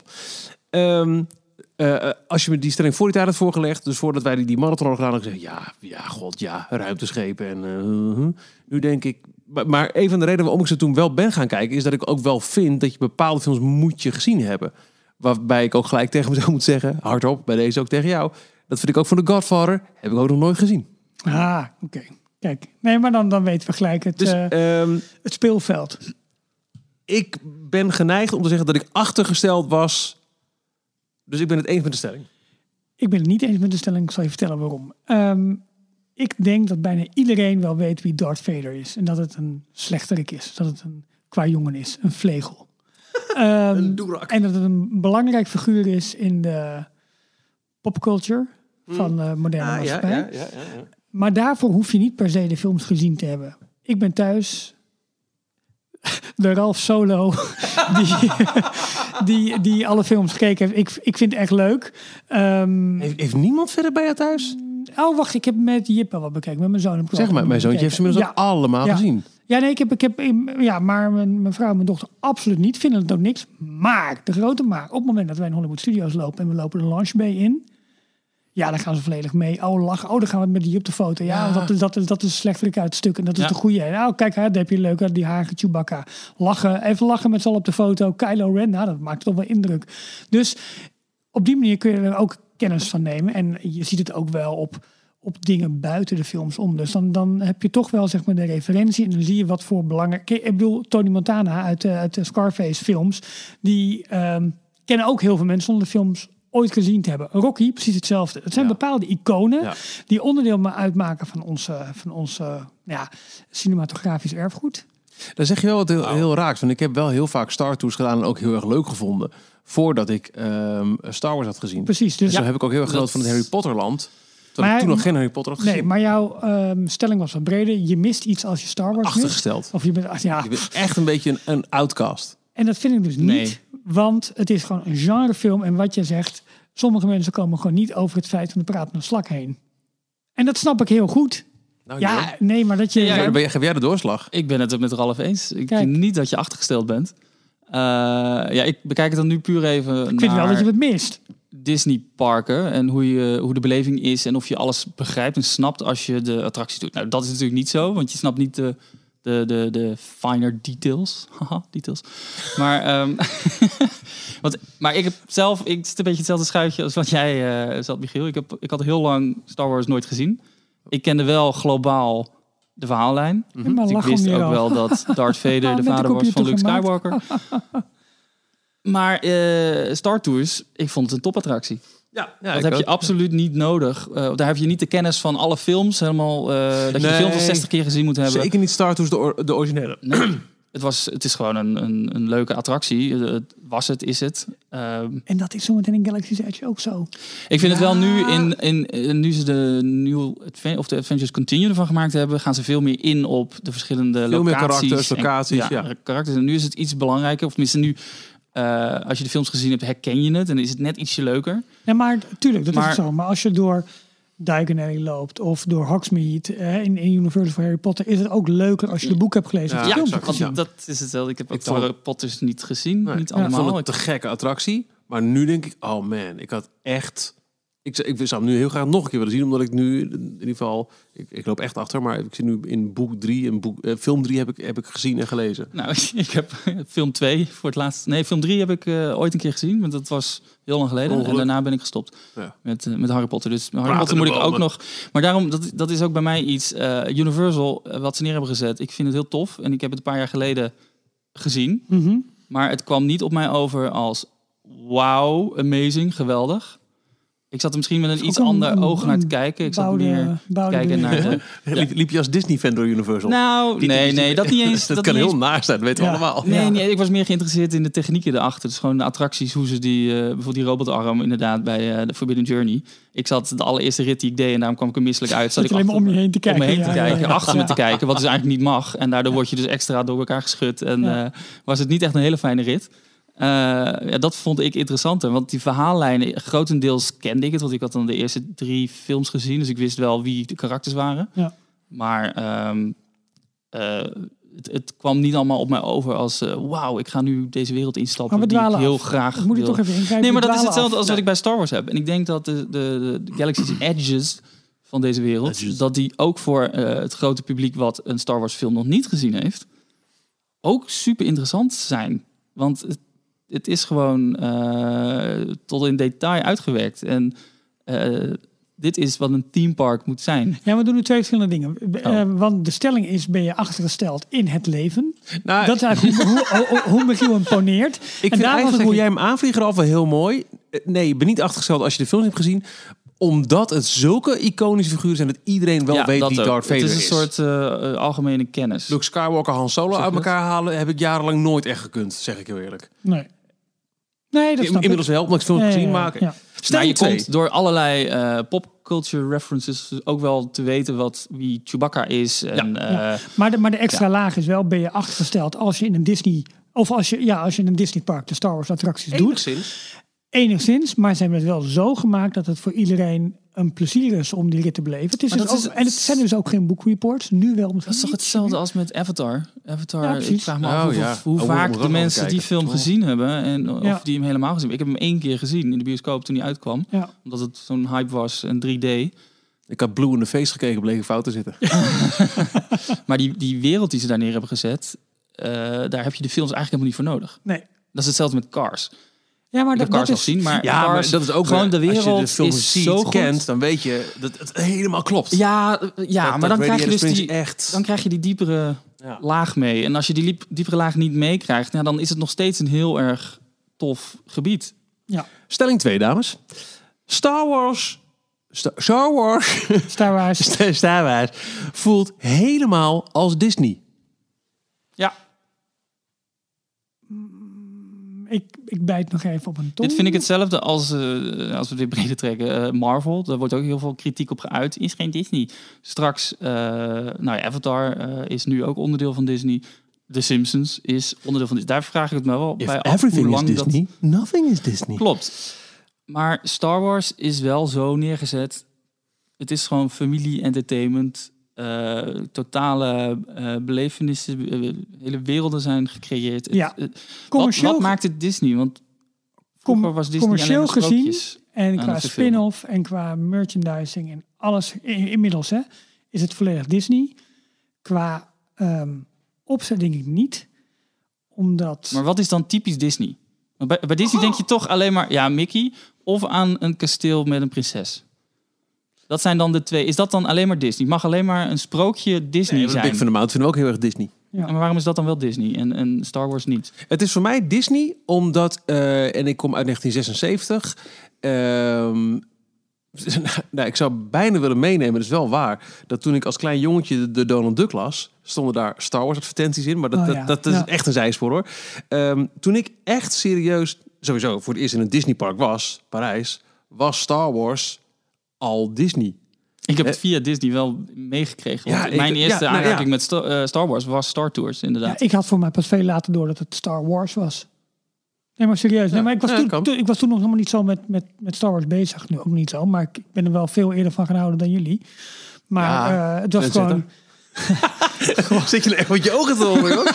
Um, uh, als je me die stelling voor die tijd had voorgelegd, dus voordat wij die, die marathon hadden gedaan, had ik gezegd, ja, ja, god, ja, ruimteschepen. En uh, uh, nu denk ik, maar, maar een van de redenen waarom ik ze toen wel ben gaan kijken, is dat ik ook wel vind dat je bepaalde films moet je gezien hebben. Waarbij ik ook gelijk tegen mezelf moet zeggen, hardop, bij deze ook tegen jou. Dat vind ik ook van The Godfather. Heb ik ook nog nooit gezien. Ah, oké. Okay. Kijk, nee, maar dan, dan weten we gelijk het, Dus, uh, um, het speelveld. Ik ben geneigd om te zeggen dat ik achtergesteld was. Dus ik ben het eens met de stelling. Ik ben het niet eens met de stelling. Ik zal je vertellen waarom. Um, ik denk dat bijna iedereen wel weet wie Darth Vader is. En dat het een slechterik is. Dat het een qua jongen is. Een vlegel. um, een en dat het een belangrijk figuur is in de popculture van uh, moderne ah, maatschappij. Ja, ja, ja, ja, ja. Maar daarvoor hoef je niet per se de films gezien te hebben. Ik ben thuis... De Ralf Solo, die, die, die alle films gekeken heeft. Ik, ik vind het echt leuk. Um, heeft, heeft niemand verder bij jou thuis? Oh, wacht. Ik heb met Jippe wat bekeken. Met mijn zoon. Heb ik zeg maar, mijn zoontje heeft ze inmiddels ja. ook allemaal ja. gezien. Ja, nee, ik heb, ik heb, ja, maar mijn, mijn vrouw en mijn dochter absoluut niet. Vinden het ook niks. Maar, de grote maar. Op het moment dat wij in Hollywood Studios lopen en we lopen de Launch Bay in... Ja, dan gaan ze volledig mee. Oh, lachen. Oh, dan gaan we met die op de foto. Ja, ja. Dat, is, dat, is, dat is een slechterik uit het stuk. En dat is ja. de goeie. Nou, kijk, hè, daar heb je leuk. Die harige Chewbacca. Lachen. Even lachen met z'n allen op de foto. Kylo Ren. Nou, dat maakt toch wel indruk. Dus op die manier kun je er ook kennis van nemen. En je ziet het ook wel op, op dingen buiten de films om. Dus dan, dan heb je toch wel zeg maar de referentie. En dan zie je wat voor belangrijk... Ik bedoel, Tony Montana uit, uh, uit de Scarface films. Die um, kennen ook heel veel mensen onder de films... ooit gezien te hebben. Rocky, precies hetzelfde. Het zijn ja. bepaalde iconen ja. die onderdeel maar uitmaken van onze, van onze ja, cinematografisch erfgoed. Daar zeg je wel wat heel, heel raaks. Want ik heb wel heel vaak Star Tours gedaan en ook heel erg leuk gevonden. Voordat ik um, Star Wars had gezien. Precies. Dus, dus ja. dan heb ik ook heel erg genoten van het Harry Potterland. Terwijl ik toen nog geen Harry Potter had gezien. Nee, maar jouw um, stelling was wat breder. Je mist iets als je Star Wars Achtergesteld. mist. Of je bent, ja. je bent echt een beetje een, een outcast. En dat vind ik dus niet. Nee. Want het is gewoon een genrefilm. En wat je zegt... Sommige mensen komen gewoon niet over het feit van de pratende slak heen. En dat snap ik heel goed. Nou, ja, ja, nee, maar dat je... Ja, ja, ben je, geef jij de doorslag? Ik ben het met Ralf eens. Ik Kijk. vind niet dat je achtergesteld bent. Uh, ja, ik bekijk het dan nu puur even Ik vind wel dat je het mist. Disney parken en hoe, je, hoe de beleving is en of je alles begrijpt en snapt als je de attracties doet. Nou, dat is natuurlijk niet zo, want je snapt niet de... De, de, de finer details. Haha, details. Maar, um, want, maar ik heb zelf... Ik, het is een beetje hetzelfde schuitje als wat jij uh, zat, Michiel. Ik, heb, ik had heel lang Star Wars nooit gezien. Ik kende wel globaal de verhaallijn. Mm-hmm. Dus ik wist ook wel dat Darth Vader de vader was van Luke Skywalker. Maar uh, Star Tours, ik vond het een topattractie. Ja, ja, dat heb ook. je absoluut niet nodig. Uh, daar heb je niet de kennis van alle films. Helemaal, uh, dat je nee, de films al zestig keer gezien moet hebben. Zeker niet Star Tours, de, or- de originele. Nee, het, was, het is gewoon een, een, een leuke attractie. Het was het, is het. Um, en dat is zometeen in Galaxy's Edge ook zo. Ik vind ja. het wel nu, in, in, in, nu ze de nieuw of de Adventures Continue ervan gemaakt hebben, gaan ze veel meer in op de verschillende veel locaties. Veel meer karakters, locaties. En, ja, ja. karakters. En nu is het iets belangrijker. Of tenminste nu... Uh, als je de films gezien hebt, herken je het en is het net ietsje leuker. Ja, maar tuurlijk, dat maar, is zo. Maar als je door Diagon Alley loopt of door Hogsmeade eh, in, in Universal voor Harry Potter, is het ook leuker als je de boek hebt gelezen. Ja, of de ja, film hebt gezien. want dat is hetzelfde. Ik heb ook ik vond, Harry Potters niet gezien, nee, niet ja, allemaal. Ik vond het een te gekke attractie, maar nu denk ik, oh man, ik had echt... Ik, ik zou hem nu heel graag nog een keer willen zien, omdat ik nu in ieder geval... Ik, ik loop echt achter, maar ik zit nu in boek drie en boek, eh, film drie heb ik, heb ik gezien en gelezen. Nou, ik heb film twee voor het laatst... Nee, film drie heb ik uh, ooit een keer gezien, want dat was heel lang geleden. Ongeluk. En daarna ben ik gestopt ja. met, uh, met Harry Potter. Dus Harry Praten Potter moet ik ook nog... Maar daarom, dat, dat is ook bij mij iets... Uh, Universal, uh, wat ze neer hebben gezet, ik vind het heel tof. En ik heb het een paar jaar geleden gezien. Mm-hmm. Maar het kwam niet op mij over als... Wauw, amazing, geweldig. Ik zat er misschien met een iets een, ander een, oog naar te kijken. Ik bouwde, zat meer te kijken naar de... Ja. Liep, liep je als Disney-fan door Universal? Nou, nee, nee, dat niet eens. dat, dat kan niet heel eens. naar zijn, dat weten we ja. allemaal. Nee, ja. nee, ik was meer geïnteresseerd in de technieken erachter. Dus gewoon de attracties, hoe ze die... Uh, bijvoorbeeld die robotarm inderdaad bij uh, de Forbidden Journey. Ik zat de allereerste rit die ik deed en daarom kwam ik er misselijk uit. Zat ik alleen maar om je heen te kijken. Om me heen te ja, kijken, ja, ja. achter me te kijken. Wat dus eigenlijk niet mag. En daardoor word je dus extra door elkaar geschud. En ja. uh, was het niet echt een hele fijne rit. Uh, ja, dat vond ik interessanter. Want die verhaallijnen, grotendeels kende ik het. Want ik had dan de eerste drie films gezien. Dus ik wist wel wie de karakters waren. Ja. Maar um, uh, het, het kwam niet allemaal op mij over als... Uh, wauw, ik ga nu deze wereld instappen. Maar we die ik heel af. graag moet je wil. toch even ingrijpen. Nee, maar dat is hetzelfde af. als wat ik bij Star Wars heb. En ik denk dat de, de, de Galaxy's Edges van deze wereld... Edges. dat die ook voor uh, het grote publiek wat een Star Wars film nog niet gezien heeft... ook super interessant zijn. Want... Het, het is gewoon uh, tot in detail uitgewerkt. En uh, dit is wat een themepark moet zijn. Ja, we doen nu twee verschillende dingen. Oh. Uh, want de stelling is, ben je achtergesteld in het leven? Nou, dat is eigenlijk hoe, hoe, hoe, hoe Michiel hem poneert. Ik en vind eigenlijk hoe ik... jij hem aanvliegt al wel heel mooi. Nee, je bent niet achtergesteld als je de films hebt gezien. Omdat het zulke iconische figuren zijn dat iedereen wel ja, weet wie ook. Darth Vader is. Het is een soort uh, algemene kennis. Luke Skywalker, Han Solo zeg uit het? elkaar halen heb ik jarenlang nooit echt gekund, zeg ik heel eerlijk. Nee. Nee, dat snap Inmiddels ik. wel, omdat ik veel heb gezien. Ja, ja, Maar ja. stel je je twee. komt door allerlei uh, popculture references ook wel te weten wat wie Chewbacca is. En, Ja, uh, ja. Maar, de, maar de extra ja. laag is wel, ben je achtergesteld als je in een Disney... Of als je, ja, als je in een Disneypark de Star Wars attracties doet. Enigszins. Enigszins, maar ze hebben het wel zo gemaakt dat het voor iedereen een plezier is om die rit te beleven. Het is Maar dus dat ook, is- en het zijn dus ook geen boekreports. Nu wel misschien dat is toch niet. hetzelfde als met Avatar? Avatar, Ja, ik precies. vraag me Oh, af hoe, ja. hoe Oh, we vaak moeten de ook mensen nog die kijken. film Oh. gezien hebben en of Ja. die hem helemaal gezien hebben. Ik heb hem één keer gezien in de bioscoop toen hij uitkwam. Ja. Omdat het zo'n hype was en drie D. Ik had Blue in the Face gekeken, bleek ik fout te zitten. Maar die, die wereld die ze daar neer hebben gezet, uh, daar heb je de films eigenlijk helemaal niet voor nodig. Nee. Dat is hetzelfde met Cars. Ja, maar Ik heb dat, Cars dat al is... gezien, maar Ja, Cars, maar dat is ook gewoon de weer- wereld als je de film is ziet, zo goed. kent, dan weet je dat het helemaal klopt. Ja, uh, ja Dat- maar dat dan krijg je dus Radiator die, Springs echt. dan krijg je die diepere Ja. laag mee. En als je die liep, diepere laag niet meekrijgt, nou, dan is het nog steeds een heel erg tof gebied. Ja, Stelling twee, dames. Star Wars... Sta- Star Wars... Star Wars. Star Wars voelt helemaal als Disney. Ja, ik, ik bijt nog even op een tong. dit vind ik hetzelfde als, uh, als we het weer breder trekken. Uh, Marvel, daar wordt ook heel veel kritiek op geuit. Is geen Disney. Straks, uh, nou ja, Avatar uh, is nu ook onderdeel van Disney. The Simpsons is onderdeel van Disney. Daar vraag ik het me wel If bij af everything hoe lang is Disney, dat nothing is Disney. klopt. Maar Star Wars is wel zo neergezet. Het is gewoon familie-entertainment. Uh, totale uh, belevenissen. Uh, hele werelden zijn gecreëerd. Ja. Het, uh, wat, Commercieel, wat maakt het Disney? Want vroeger was Disney commercieel alleen maar gezien sprookjes. en aan qua het verfilmen. spin-off en qua merchandising en alles in- inmiddels hè, is het volledig Disney. Qua um, opzet denk ik niet. Omdat... Maar wat is dan typisch Disney? Want bij, bij Disney denk je toch alleen maar... Ja, Mickey of aan een kasteel met een prinses. Dat zijn dan de twee. Is dat dan alleen maar Disney? Mag alleen maar een sprookje Disney Nee, zijn? Big van de Mountain vinden we ook heel erg Disney. ja. Maar waarom is dat dan wel Disney en, en Star Wars niet? Het is voor mij Disney, omdat... Uh, en ik kom uit negentien zesenzeventig... Um, nou, ik zou bijna willen meenemen, dat is wel waar... dat toen ik als klein jongetje de, de Donald Duck las... stonden daar Star Wars advertenties in. Maar dat, Oh, dat, ja. dat is Ja. echt een zijspoor, hoor. Um, toen ik echt serieus, sowieso voor het eerst in een Disneypark was... Parijs, was Star Wars al Disney. Ik heb het Eh, via Disney wel meegekregen. ja, Want ik- mijn eerste ja, nou, aanraking ja. met Sta- uh, Star Wars was Star Tours, inderdaad. Ja, ik had voor mij pas veel later door dat het Star Wars was. Nee, maar serieus. Nee, Ja, maar ik, was ja, toen, kan. toen, ik was toen nog helemaal niet zo met, met, met Star Wars bezig. Nu ook niet zo, maar ik ben er wel veel eerder van gaan houden dan jullie. Maar Ja, uh, het was en gewoon... Zit je nou echt met je ogen te rollen, hoor?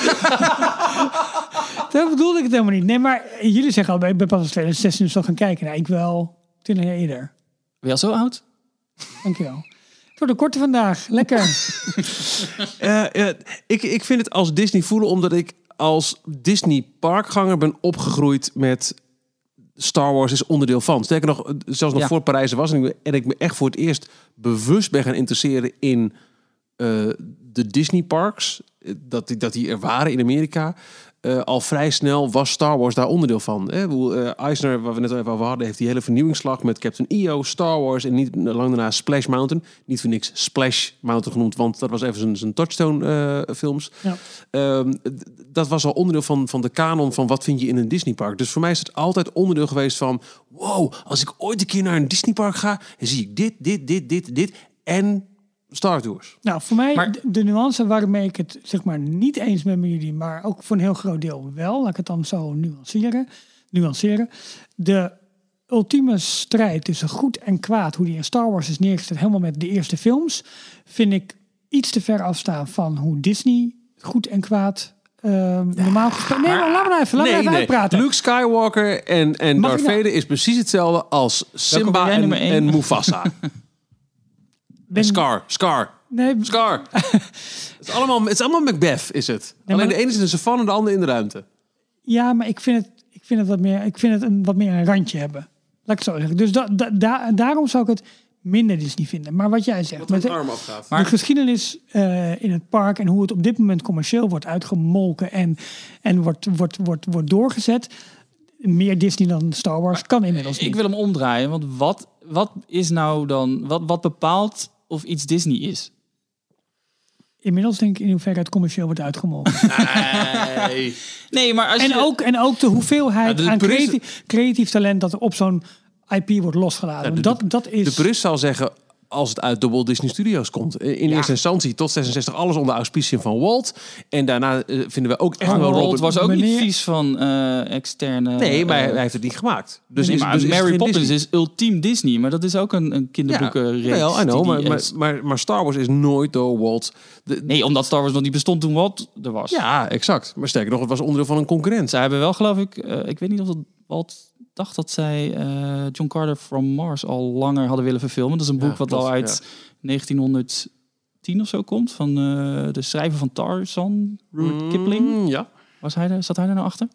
Dat bedoelde ik het helemaal niet. Nee, maar jullie zeggen al, ik ben pas in tweeduizend zestien zo gaan kijken. Nou, ik wel twintig jaar eerder. Ben je al zo oud? Dankjewel. Het wordt een korte vandaag. Lekker. Uh, uh, ik, ik vind het als Disney voelen, omdat ik als Disney parkganger ben opgegroeid met Star Wars is onderdeel van. Sterker nog, zelfs nog Ja. voor Parijs was en ik, en ik me echt voor het eerst bewust ben gaan interesseren in uh, de Disney parks. Dat die, dat die er waren in Amerika. Uh, al vrij snel was Star Wars daar onderdeel van. Hè? Uh, Eisner, waar we net al even over hadden, heeft die hele vernieuwingsslag met Captain E O, Star Wars en niet lang daarna Splash Mountain. Niet voor niks Splash Mountain genoemd, want dat was even zijn, zijn Touchstone uh, films. Ja. Um, d- dat was al onderdeel van, van de kanon van wat vind je in een Disneypark. Dus voor mij is het altijd onderdeel geweest van... wow, als ik ooit een keer naar een Disneypark ga, dan zie ik dit, dit, dit, dit, dit en Star Tours. Nou, voor mij, Maar- de, de nuance waarmee ik het zeg maar niet eens ben met jullie, maar ook voor een heel groot deel wel, laat ik het dan zo nuanceren. nuanceren. De ultieme strijd tussen goed en kwaad, hoe die in Star Wars is neergezet, helemaal met de eerste films, vind ik iets te ver afstaan van hoe Disney goed en kwaad uh, normaal gesproken... Nee, maar laat me nou even, laat me even uitpraten. Luke Skywalker en, en Mag Darth ik nou- Vader is precies hetzelfde als Simba jij en, nummer één? en Mufasa. Ben- Scar, Scar, Nee, Scar. het, is allemaal, het is allemaal Macbeth, is het. maar Alleen dat- de ene is in de savanne en de andere in de ruimte. Ja, maar ik vind het, ik vind het, wat, meer, ik vind het een, wat meer een randje hebben. Laat ik het zo zeggen. Dus da, da, da, daarom zou ik het minder Disney vinden. Maar wat jij zegt, Wat met de de, arm afgaat. de geschiedenis uh, in het park en hoe het op dit moment commercieel wordt uitgemolken en, en wordt, wordt, wordt, wordt doorgezet. Meer Disney dan Star Wars kan inmiddels niet. Ik wil hem omdraaien, want wat, wat is nou dan, wat, wat bepaalt of iets Disney is? Inmiddels denk ik in hoeverre het commercieel wordt uitgemolken. Nee. nee, maar als en, je... ook, en ook de hoeveelheid ja, de aan purist... creatief, creatief talent dat er op zo'n I P wordt losgelaten. Ja, de, dat, dat is... de purist zal zeggen, als het uit de Walt Disney Studios komt. In Ja. eerste instantie tot zesenzestig alles onder auspiciën van Walt. En daarna uh, vinden we ook echt Maar wel Walt Robert... was ook Meneer- niet vies van uh, externe... Nee, maar uh, hij heeft het niet gemaakt. Dus nee, is, maar dus is het Mary geen Poppins Disney. is ultiem Disney, maar dat is ook een, een kinderboekenreeks. Ja, wel, I know, die maar, die maar, is- maar, maar Star Wars is nooit door Walt... De, Nee, omdat Star Wars nog niet bestond toen Walt er was. ja, exact. Maar sterker nog, het was onderdeel van een concurrent. Zij hebben wel, geloof ik, uh, ik weet niet of dat Walt dacht dat zij uh, John Carter from Mars al langer hadden willen verfilmen. Dat is een boek Ja, wat klopt, al uit negentienhonderdtien of zo komt. Van uh, de schrijver van Tarzan, Rudyard Mm, Kipling. Ja. Was hij er, zat hij er nou achter?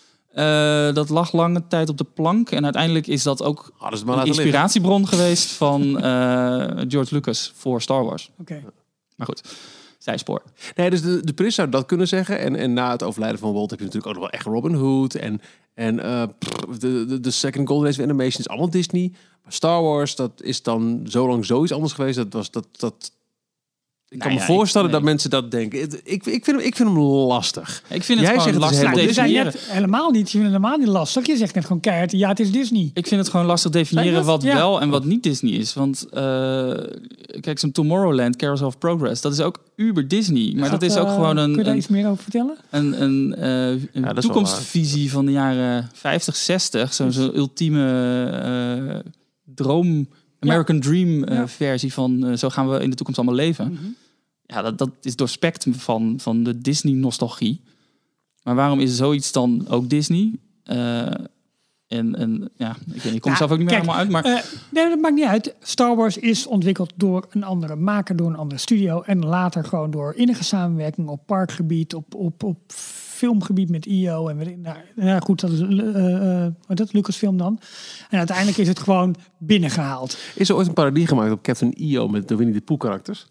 Uh, dat lag lange tijd op de plank. En uiteindelijk is dat ook Hadden ze het maar een laten liggen. inspiratiebron geweest van uh, George Lucas voor Star Wars. Oké. Maar goed, zijspoor. Nee, dus de, de purist zou dat kunnen zeggen. En, en na het overlijden van Walt heb je natuurlijk ook nog wel echt Robin Hood. En, en uh, pff, de, de, de Second Golden Age of Animation is allemaal Disney. Maar Star Wars, dat is dan zo lang zoiets anders geweest. Dat was dat... dat ik kan Nou me ja, voorstellen ik- nee. dat mensen dat denken. Ik, ik, vind, hem, ik vind hem lastig. Ik vind het Jij gewoon zegt het is lastig helemaal Je zei definiëren. net helemaal niet, je vindt het helemaal niet lastig. Je zegt net gewoon keihard, ja, het is Disney. Ik vind het gewoon lastig definiëren Zei je dat? wat Ja. wel en wat niet Disney is. Want uh, kijk, zo'n Tomorrowland, Carousel of Progress, dat is ook uber Disney. Maar dat is ook uh, gewoon Kun een, je daar een, iets meer over vertellen? een, een, uh, een dat is wel toekomstvisie van de jaren vijftig, zestig. Zo'n zo ultieme uh, droom, American Dream uh, Ja. versie van uh, zo gaan we in de toekomst allemaal leven. Mm-hmm. Ja, dat, dat is doorspekt van, van de Disney-nostalgie. Maar waarom is zoiets dan ook Disney? Uh, en, en ja, ik, weet, ik kom Ja, zelf ook niet meer kijk, helemaal uit. Maar Uh, nee, dat maakt niet uit. Star Wars is ontwikkeld door een andere maker, door een andere studio. En later gewoon door innige samenwerking op parkgebied, op, op, op filmgebied met I O. En weet ik- nou, ja, goed, dat is uh, uh, wat is dat, Lucasfilm dan. En uiteindelijk is het gewoon binnengehaald. Is er ooit een parodie gemaakt op Captain E O met de Winnie the Pooh karakters?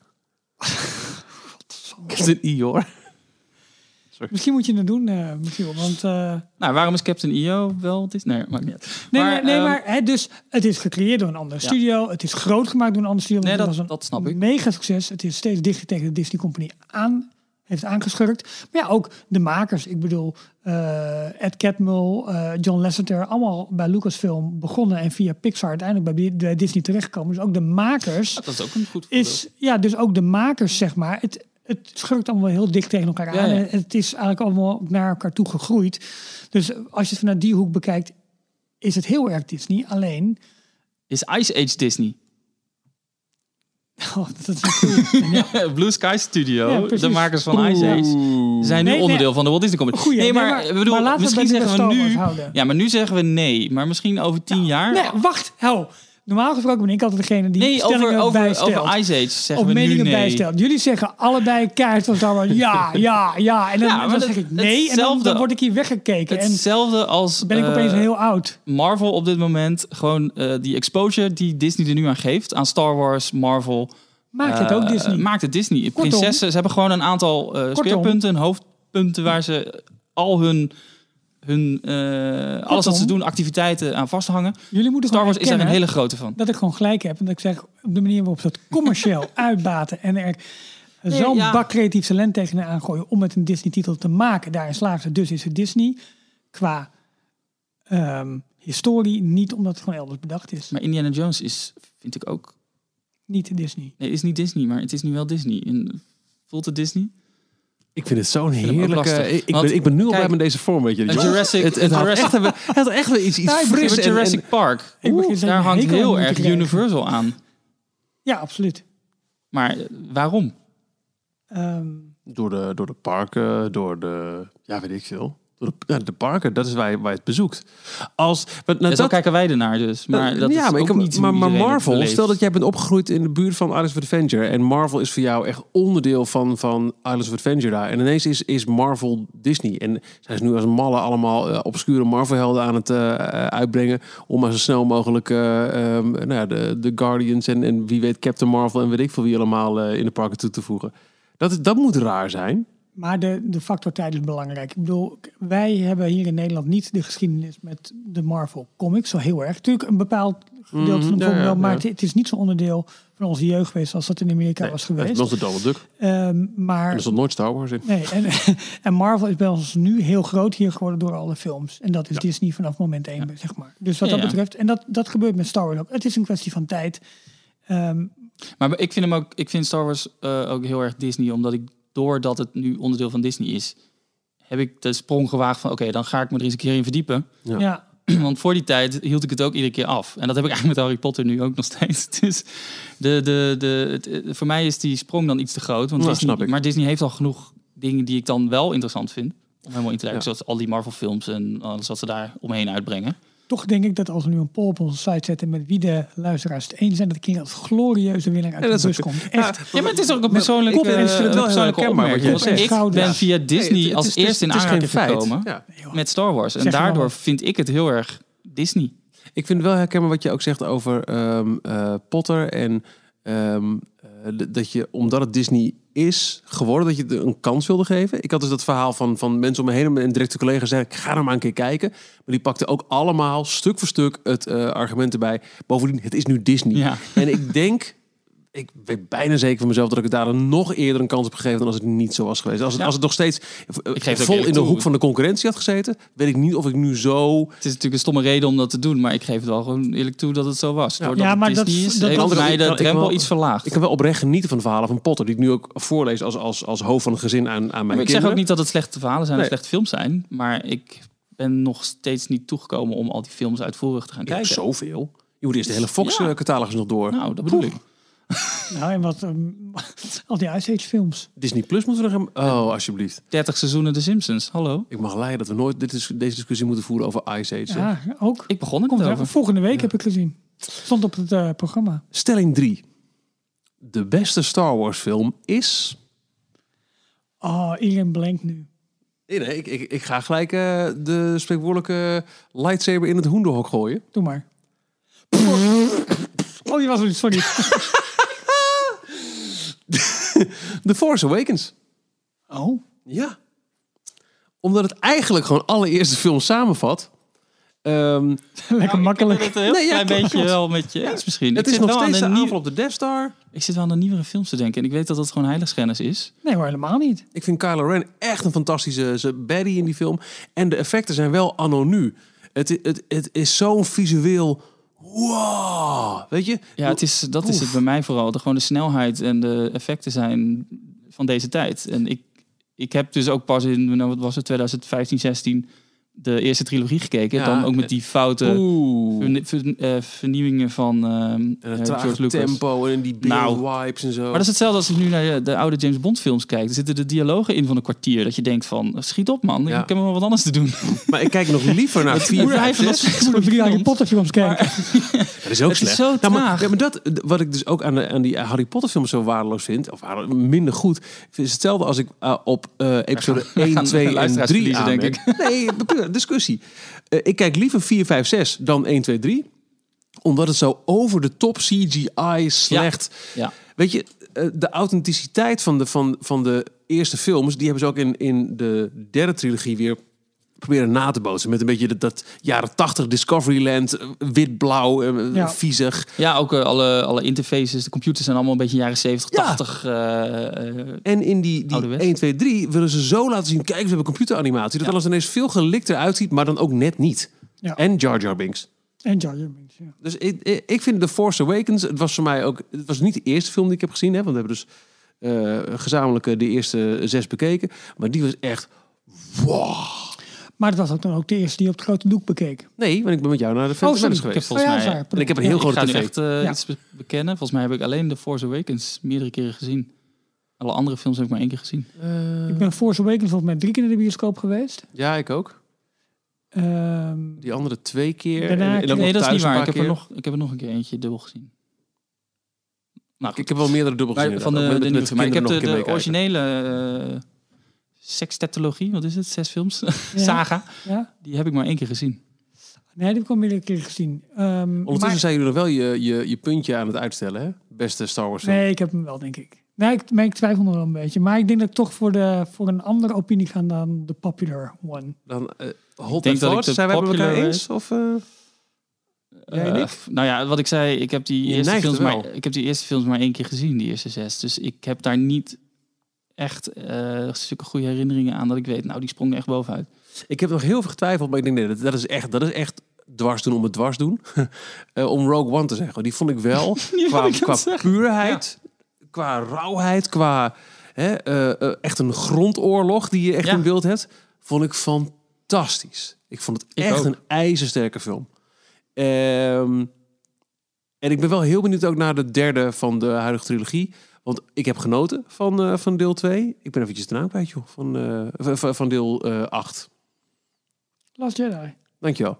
Captain E O. Misschien moet je het doen, uh, Michiel. Want, uh, nou, waarom is Captain E O wel Disney? Nee, maakt niet uit. nee, maar, maar, nee, ehm, maar hè, dus, het is gecreëerd door een andere Ja. studio. Het is groot gemaakt door een andere studio. Nee, want dat- het was een dat snap ik. mega succes. Het is steeds dichter tegen de Disney Company aan. Heeft aangeschurkt. Maar ja, ook de makers. Ik bedoel, uh, Ed Catmull, uh, John Lasseter. Allemaal bij Lucasfilm begonnen. En via Pixar uiteindelijk bij, bij Disney terechtgekomen. Dus ook de makers. dat is ook een goed voorbeeld. Is, ja, dus ook de makers, zeg maar. Het, het schurkt allemaal wel heel dik tegen elkaar Ja, aan. ja. En het is eigenlijk allemaal naar elkaar toe gegroeid. Dus als je het vanuit die hoek bekijkt, is het heel erg Disney. Alleen, Is Ice Age Disney? oh, dat is een goeie. Ja. Blue Sky Studio, Ja, precies. de makers van Ice Age, zijn nu Nee, nee. onderdeel van de Walt Disney Company. Goeie, nee, nee, maar, maar- ik bedoel, maar laten we misschien het bij zeggen we Star Wars nu... houden. Ja, maar nu zeggen we nee. Maar misschien over tien jaar... Nee, wacht, hou. Normaal gesproken ben ik altijd degene die Nee, over, stellingen over, bijstelt. over Ice Age zeggen of we nu meningen nee. bijstelt. Jullie zeggen allebei keihard van Star Wars. Ja, ja, ja. En dan, Ja, en maar dan dat- zeg ik nee. En dan, hetzelfde- dan word ik hier weggekeken. En Hetzelfde als ben ik opeens eh, heel oud. Marvel op dit moment. Gewoon eh, die exposure die Disney er nu aan geeft. Aan Star Wars, Marvel. Maakt het ook eh, Disney. Maakt het Disney. Kortom. Prinsessen, ze hebben gewoon een aantal eh speerpunten, hoofdpunten waar ze al hun, hun eh, alles wat ze doen, activiteiten aan vasthangen. Jullie moeten Star Wars gewoon is daar een erkennen hele grote van. dat ik gewoon gelijk heb. En dat ik zeg, op de manier waarop ze het commercieel uitbaten en er zo'n ja. bak creatief talent tegenaan gooien om het een Disney-titel te maken. Daarin slagen ze, dus is het Disney. Qua ehm, historie, niet omdat het gewoon elders bedacht is. Maar Indiana Jones is, vind ik ook... Niet Disney. Nee, het is niet Disney, maar het is nu wel Disney. En, voelt het Disney? Ik vind het zo'n vind hem ook heerlijke... lastig. Ik, ik, Want, ben, ik ben nu al kijk, blij met deze vorm, weet je. een Jurassic- het, het, een had Jurassic- echt, wel- het had echt wel iets, iets Ja, ik fris. begin Met en- Jurassic en- Park. Ik begin Oeh, zo'n daar hangt hekel aan heel moeten erg krijgen. Universal aan. Ja, absoluut. Maar eh, waarom? Ehm, Door de, door de parken, door de... Ja, weet ik veel. Door de, de parken, dat is waar je, waar je het bezoekt. Als, maar, nou, Ja, zo dat, kijken wij ernaar dus. Maar dat ja, is maar, ook ik, niet hoe maar, maar iedereen het Marvel, beleeft. stel dat jij bent opgegroeid in de buurt van Islands of Adventure. En Marvel is voor jou echt onderdeel van, van Islands of Adventure daar. En ineens is, is Marvel Disney. En zijn ze nu als malle allemaal uh, obscure Marvel-helden aan het uh, uitbrengen. Om maar zo snel mogelijk uh, um, nou ja, de, de Guardians en, en wie weet Captain Marvel en weet ik veel wie allemaal uh, in de parken toe te voegen. Dat, dat moet raar zijn. Maar de, de factor tijd is belangrijk. Ik bedoel, wij hebben hier in Nederland niet de geschiedenis met de Marvel comics. Zo heel erg. Natuurlijk een bepaald gedeelte van de ja, film wel. ja, Maar ja. het, het is niet zo'n onderdeel van onze jeugd geweest als dat in Amerika Nee, was dat geweest. was de Donald Duck. Um, maar En er stond nooit Star Wars in. nee, en, en Marvel is bij ons nu heel groot hier geworden door alle films. En dat is Ja. Disney vanaf moment één, Ja. zeg maar. Dus wat Ja, dat ja. betreft, en dat, dat gebeurt met Star Wars ook. Het is een kwestie van tijd. Um, Maar ik vind hem ook. Ik vind Star Wars uh, ook heel erg Disney, omdat ik doordat het nu onderdeel van Disney is, heb ik de sprong gewaagd van oké, okay, dan ga ik me er eens een keer in verdiepen. Ja. ja. Want voor die tijd hield ik het ook iedere keer af. En dat heb ik eigenlijk met Harry Potter nu ook nog steeds. Dus de, de, de, het, voor mij is die sprong dan iets te groot. Want Nou, Disney, snap ik. maar Disney heeft al genoeg dingen die ik dan wel interessant vind. Om helemaal in te duiken. Ja. Zoals al die Marvel films en alles wat ze daar omheen uitbrengen. Toch denk ik dat als we nu een poll op onze site zetten met wie de luisteraars het eens zijn, dat ik hier als glorieuze winnaar uit Ja, dat de is bus ook- komt. Ja, Echt. Ja, maar het is ook een Met persoonlijke, kop en uh, ik vind het wel persoonlijke heel herkenbaar wat opmerking. jij Want zegt. ik ben Ja. via Disney Nee, het- als het is- eerste in het is geen aanraking feit. gekomen Ja. met Star Wars. En Zeg maar daardoor wat. vind ik het heel erg Disney. Ik vind het wel herkenbaar wat je ook zegt over um, uh, Potter. En um, uh, d- dat je, omdat het Disney is geworden, dat je het een kans wilde geven. Ik had dus dat verhaal van, van mensen om me heen en directe collega's zeiden, ik ga er maar een keer kijken. Maar die pakten ook allemaal stuk voor stuk het uh, argument erbij. Bovendien, het is nu Disney. Ja. En ik denk, ik weet bijna zeker van mezelf dat ik het daar dan nog eerder een kans heb gegeven dan als het niet zo was geweest. Als het, Ja. als het nog steeds uh, Ik geef het ook vol eerlijk in de toe. hoek van de concurrentie had gezeten, weet ik niet of ik nu zo... Het is natuurlijk een stomme reden om dat te doen, maar ik geef het wel gewoon eerlijk toe dat het zo was. Ja. Doordat Ja, maar het dat- Disney is, dat- heeft dat- mij ik de kan- ik drempel wel- iets verlaagd. Ik kan wel oprecht genieten van de verhalen van Potter, die ik nu ook voorlees als, als, als hoofd van het gezin aan, aan mijn Maar ik kinderen. zeg ook niet dat het slechte verhalen zijn Nee. of slechte films zijn, maar ik ben nog steeds niet toegekomen om al die films uitvoerig te gaan Ja, kijken. zoveel. Je moet eerst de hele Ja. Fox-catalogus nog door. Nou, dat bedoel Poeh. ik. Nou, en wat um, al die Ice Age films. Disney Plus moeten we nog hebben. Oh, alsjeblieft. dertig seizoenen The Simpsons, hallo. Ik mag leiden dat we nooit dit is, deze discussie moeten voeren over Ice Age. hè. Ja, ook. Ik begon er Komt net er, over. volgende week Ja. heb ik gezien. Stond op het uh, programma. Stelling drie. De beste Star Wars film is... Oh, iedereen blankt nu. Nee, nee ik, ik, ik ga gelijk uh, de spreekwoordelijke lightsaber in het hoenderhok gooien. Doe maar. Oh, die was er niet. Sorry. The Force Awakens. Oh. Ja. Omdat het eigenlijk gewoon alle eerste film samenvat. Um, Lekker makkelijk. Ik ben het een heel Nee, ja, klein klopt, beetje klopt. wel met je eens misschien. het ik is zit nog wel steeds de aan de aanval nieuw- op de Death Star. Ik zit wel aan de nieuwere films te denken. En ik weet dat dat gewoon heiligschennis is. Nee hoor, helemaal niet. Ik vind Kylo Ren echt een fantastische ze- baddie in die film. En de effecten zijn wel anno nu. Het, het, het is zo'n visueel... Wow! Weet je? Ja, het is, dat is Oef. het bij mij vooral. De, gewoon de snelheid en de effecten zijn van deze tijd. En ik, ik heb dus ook pas in, nou, wat was het, twintig vijftien, zestien de eerste trilogie gekeken. Ja, Dan ook met die foute Oeh. verni- ver- eh, vernieuwingen van ehm, En eh, het trage George Lucas. tempo en die beeld Nou. wipes en zo. Maar dat is hetzelfde als ik nu naar de, de oude James Bond films kijk. Er zitten de dialogen in van een kwartier. Dat je denkt van, schiet op man, Ja. ik heb wel wat anders te doen. Maar ik kijk nog liever naar vier, Hoe vijf, hij van zes. dat Ik moet drie Harry Potter films kijken. Dat is ook Het is slecht. zo Nou, maar, traag. ja, maar dat, wat ik dus ook aan, de, aan die Harry Potter films zo waardeloos vind, of waardeloos- minder goed, is hetzelfde als ik uh, op uh, episode één, gaan twee en luisteraars drie verliezen, denk aanmerk. Nee, puur discussie. Uh, ik kijk liever vier, vijf, zes dan één, twee, drie. Omdat het zo over de top C G I slecht... Ja. Weet je, uh, de authenticiteit van de, van, van de eerste films, die hebben ze ook in, in de derde trilogie weer proberen na te bootsen. Met een beetje dat, dat jaren tachtig Discoveryland, uh, wit-blauw, uh, Ja. viezig. Ja, ook eh, alle, alle interfaces, de computers zijn allemaal een beetje jaren zeventig, Ja. tachtig. eh, eh, En in die, die Ouderwets. één, twee, drie willen ze zo laten zien... kijk, we hebben computeranimatie. Dat Ja. alles ineens veel gelikter uitziet, maar dan ook net niet. Ja. En Jar Jar Binks. En Jar Jar Binks, ja. Dus ik, ik- ik vind The Force Awakens... het was voor mij ook... het was niet de eerste film die ik heb gezien. Hè, want we hebben dus eh, gezamenlijk eh, de eerste zes bekeken. Maar die was echt... wow. Maar het was ook dan ook de eerste die op het grote doek bekeek. Nee, want ik ben met jou naar de Phantom sorry. Menace Ik heb geweest. volgens Oh ja, mij... dat is waar. En ik heb een heel ik grote ga nu tv. echt eh, Ja. iets be- bekennen. Volgens mij heb ik alleen The Force Awakens meerdere keren gezien. Alle andere films heb ik maar één keer gezien. Uh, Ik ben Force Awakens volgens mij drie keer in de bioscoop geweest. Ja, ik ook. Um, Die andere twee keer. Daarna en, en dan nee, nog dat is niet thuis een waar. paar Ik heb, er keer. nog, ik heb er nog een keer eentje dubbel gezien. Nou, Ik, ik heb wel meerdere dubbel gezien. maar, van de, inderdaad. de, Met- nieuwe, met maar ik heb de, kinderen nog de een keer meekijken. originele uh, sextetologie, wat is het? Zes films? Ja. Saga. ja? Die heb ik maar één keer gezien. Nee, die heb ik al meerdere keren gezien. Um, Ondertussen maar, zijn jullie nog wel je, je, je puntje aan het uitstellen, hè? Beste Star Wars film. Nee, ik heb hem wel, denk ik. Nee, ik, maar ik twijfel nog wel een beetje. Maar ik denk dat ik toch voor, de, voor een andere opinie ga dan de popular one. Dan uh, Hot denk and dat ik Thoughts, de zijn wij het met elkaar popular eens? Of, uh, Jij en Uh, ik? f- nou ja, wat ik zei, ik heb die Je eerste neigt films er wel. maar ik heb die eerste films maar één keer gezien, die eerste zes. Dus ik heb daar niet echt uh, zulke goede herinneringen aan dat ik weet, nou, die sprong er echt bovenuit. Ik heb nog heel veel getwijfeld, maar ik denk nee, dat, dat is echt, dat is echt dwars doen om het dwars doen. uh, om Rogue One te zeggen. Die vond ik wel qua, ik aan qua het zeggen. puurheid, qua rauwheid, qua hè, uh, uh, echt een grondoorlog die je echt Ja. in beeld hebt, vond ik fantastisch. Ik vond het Ik echt ook. een ijzersterke film. Um, en ik ben wel heel benieuwd ook naar de derde van de huidige trilogie. Want ik heb genoten van, uh, van deel twee. Ik ben eventjes de naam kwijt, joh. Van, uh, van, van deel uh, acht. Last Jedi. Dankjewel.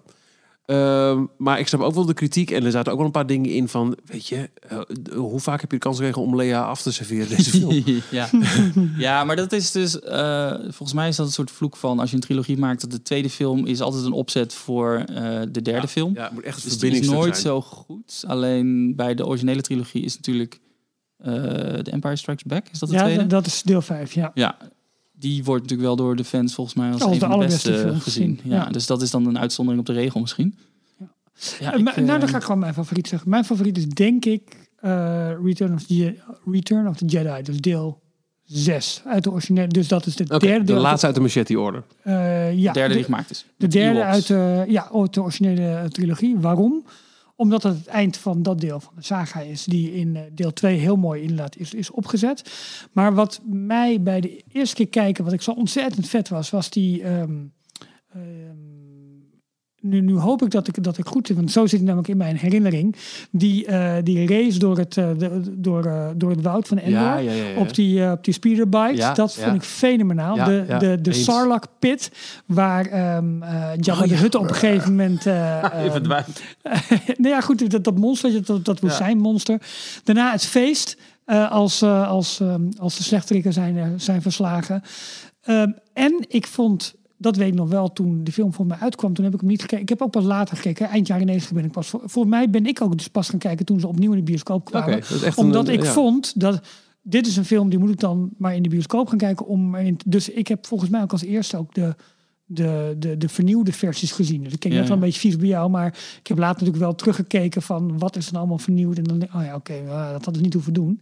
Um, maar ik snap ook wel de kritiek. En er zaten ook wel een paar dingen in van... Weet je, uh, hoe vaak heb je de kans gekregen om Leia af te serveren deze film? ja. ja, maar dat is dus... Uh, volgens mij is dat een soort vloek van... Als je een trilogie maakt, dat de tweede film is altijd een opzet voor uh, de derde ja, film. Ja, het moet echt een dus die is verbindingsstuk nooit zijn. zo goed. Alleen bij de originele trilogie is natuurlijk... Uh, The Empire Strikes Back, is dat de Ja, tweede? d- dat is deel vijf, ja. Ja, die wordt natuurlijk wel door de fans volgens mij als Als een de van de allerbeste beste film gezien. gezien, Ja, ja. Dus dat is dan een uitzondering op de regel misschien. Ja. Ja, Uh, ik, maar- uh, nou, dan ga ik gewoon mijn favoriet zeggen. Mijn favoriet is denk ik uh, Return, of the Je- Return of the Jedi. Dus deel zes uit de originele. Dus dat is de Oké, derde de deel. laatste uit de Machete-orde. Uh, ja, de derde de, die gemaakt is. de derde Ewoks. uit de, ja, uit de originele trilogie. Waarom? Omdat het het eind van dat deel van de saga is, die in uh, deel twee heel mooi inderdaad is, is opgezet. Maar wat mij bij de eerste keer kijken, wat ik zo ontzettend vet was, was die... Um, um, nu, nu hoop ik dat ik dat ik goed zit, want zo zit het namelijk in mijn herinnering. Die, uh, die race door het, uh, de, door, uh, door het woud van Endor. Ja, ja, ja, ja. Op die, uh, op die speederbikes. Ja, dat ja. vond ik fenomenaal. Ja, de ja, de, de eens. Sarlacc pit, waar um, uh, Jabba Oh, de ja. Hutt op een gegeven moment... Uh, Even um, verdwijnt. nou ja, goed, dat, dat monster, dat, dat woestijnmonster. Daarna het feest, uh, als, uh, als, um, als de slechterikken zijn, uh, zijn verslagen. Um, en ik vond, dat weet ik nog wel, toen de film voor mij uitkwam, toen heb ik hem niet gekeken. Ik heb ook pas later gekeken, eind jaren negentig ben ik pas. Voor, voor mij ben ik ook dus pas gaan kijken toen ze opnieuw in de bioscoop kwamen. Oké, dat is echt Omdat een, ik ja. vond dat... Dit is een film, die moet ik dan maar in de bioscoop gaan kijken. Om erin te- dus ik heb volgens mij ook als eerste ook de, de, de, de vernieuwde versies gezien. Dus ik kijk Ja, net wel een ja. beetje vies bij jou. Maar ik heb later natuurlijk wel teruggekeken van wat is er nou allemaal vernieuwd. En dan denk ik, oh ja, oké, okay, dat had ik niet hoeven doen.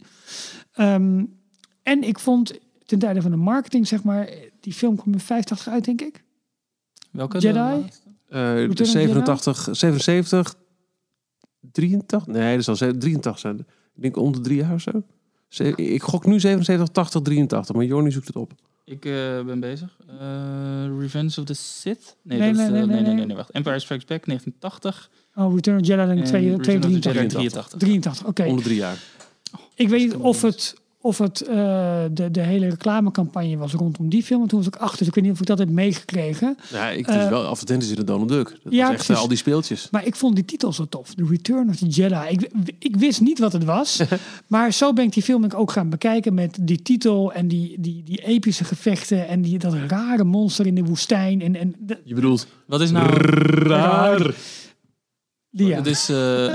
Um, en ik vond ten tijde van de marketing, zeg maar, die film kwam in vijfentachtig uit, denk ik. Welke? Jedi? De laatste? Uh, of the zevenentachtig, zevenenzeventig, drieëntachtig? Nee, dat zal ze- drieëntachtig zijn. Ik denk om de drie jaar of zo. Ze- ik gok nu zevenenzeventig, tachtig, drieëntachtig. Maar Jorni zoekt het op. Ik uh, ben bezig. Uh, Revenge of the Sith? Nee, Nee, dat is, nee, uh, nee, nee, nee, nee, nee. nee, wacht. Empire Strikes Back, negentien tachtig. Oh, Return of the Jedi, denk ik, En twee- Return of the tweehonderddrieëntachtig. Jedi, drieëntachtig. drieëntachtig, oké. Om de drie jaar. Ik weet niet Hartstikke of het, of het uh, de, de hele reclamecampagne was rondom die film. En toen was ik achter, dus ik weet niet of ik dat heb meegekregen. Ja, ik dus Uh, wel advertenties in de Donald Duck. Dat ja, was echt uh, precies. al die speeltjes. Maar ik vond die titel zo tof. The Return of the Jedi. Ik, ik wist niet wat het was. Maar zo ben ik die film ook gaan bekijken met die titel en die, die, die epische gevechten. En die, dat rare monster in de woestijn. En, en de, Je bedoelt Wat is nou... raar. die, ja. Het is... Uh,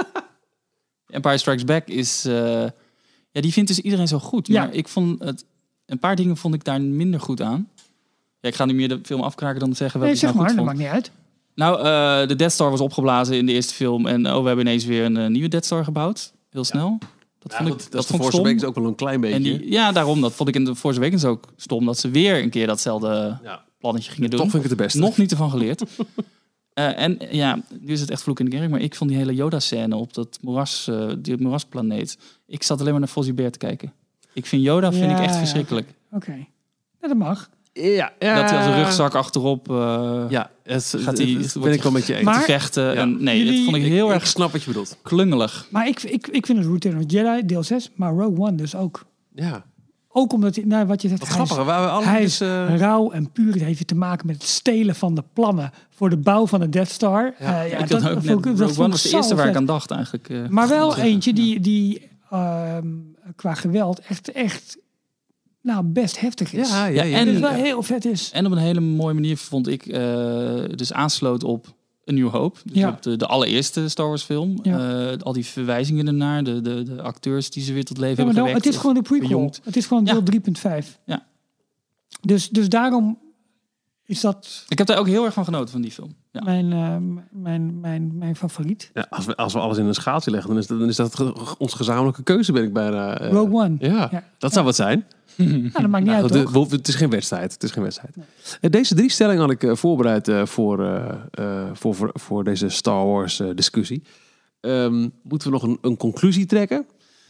Empire Strikes Back is... Uh, ja, die vindt dus iedereen zo goed. Ja. Maar ik vond het... Een paar dingen vond ik daar minder goed aan. Ja, ik ga nu meer de film afkraken dan zeggen welke Nee, ik nou zeg goed maar, dat vond. maakt niet uit. Nou, uh, de Death Star was opgeblazen in de eerste film. En oh, we hebben ineens weer een uh, nieuwe Death Star gebouwd. Heel snel. Dat Ja, vond goed, ik, dat dat is de vond ik Force stom. Awakens ook wel een klein beetje. En die, ja, daarom. Dat vond ik in de Force Awakens ook stom. Dat ze weer een keer datzelfde ja. plannetje gingen doen. Toch vind ik het de beste. Nog niet ervan geleerd. uh, en ja, nu is het echt vloek in de kerk. Maar ik vond die hele Yoda-scène op dat moeras, uh, die moerasplaneet. Ik zat alleen maar naar Fozzie Bear te kijken. Ik vind Yoda vind Ja, ik echt ja, verschrikkelijk. Oké, okay. Ja, dat mag. Ja, ja. Dat hij als een rugzak achterop uh, Ja, het, gaat hij... dat ben ik wel met je eens. Maar- te vechten. Ja. En, nee, Jullie- dat vond ik ik, heel ik erg snap wat je bedoelt. klungelig. Maar ik, ik, ik vind het Return of the Jedi, deel zes. Maar Rogue One dus ook. Ja. Ook omdat, hij- nou, wat je zegt, Wat hij grappig. is, Waar we alle hij dus, is eh, rauw en puur. Het heeft te maken met het stelen van de plannen voor de bouw van de Death Star. Ja, Eh, ja, ik dat, had ook dat net, vond ik- dat Rogue vond One ik was de zo eerste waar ik vet. aan dacht eigenlijk. eh. Maar wel Ja. eentje die, die ehm, qua geweld echt, echt nou, best heftig is. Ja, ja, ja. en- En wel ja. heel vet is. En op een hele mooie manier vond ik eh, dus aansloot op A New Hope. Dus Ja. op de, de allereerste Star Wars film. Ja. Eh, al die verwijzingen ernaar. De, de, de acteurs die ze weer tot leven Ja, maar hebben nou, gewekt. het is gewoon de prequel. verjongd. Het is gewoon Ja. deel drie punt vijf. Ja. Dus, dus daarom is dat Ik heb daar ook heel erg van genoten van die film. Ja. mijn, eh, mijn, mijn, mijn favoriet. Ja, als, we, als we alles in een schaaltje leggen, dan is dat, dan is dat ge- onze gezamenlijke keuze, ben ik bijna. eh, Rogue One. Ja, Ja. dat zou wat zijn. Nou, dat maakt niet Nou, uit, de- toch? we- het is geen wedstrijd. Het is geen wedstrijd. Eh, Deze drie stellingen had ik eh, voorbereid eh, voor, eh, eh, voor, voor, voor deze Star Wars eh, discussie. Ehm, moeten we nog een, een conclusie trekken?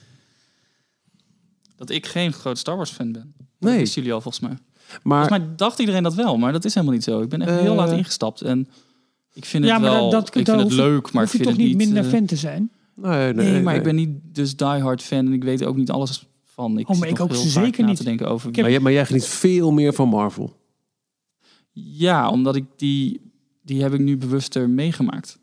Dat ik geen groot Star Wars fan ben. Dat Nee. wisten jullie al volgens mij. Maar Volgens mij dacht iedereen dat wel, maar dat is helemaal niet zo. Ik ben echt heel Eh. laat ingestapt en ik vind Ja, het maar wel. dat, dat, ik vind daar het hoef je- leuk, maar ik hoef je vind toch het niet minder eh, fan te zijn. nee, nee, Nee, maar nee. ik ben niet dus diehard fan en ik weet ook niet alles van. Ik Oh, maar zit ik nog ook heel vaak zeker na niet. te denken over. Ik heb- Maar, jij, maar jij geniet veel meer van Marvel. Ja, omdat ik die die heb ik nu bewuster meegemaakt.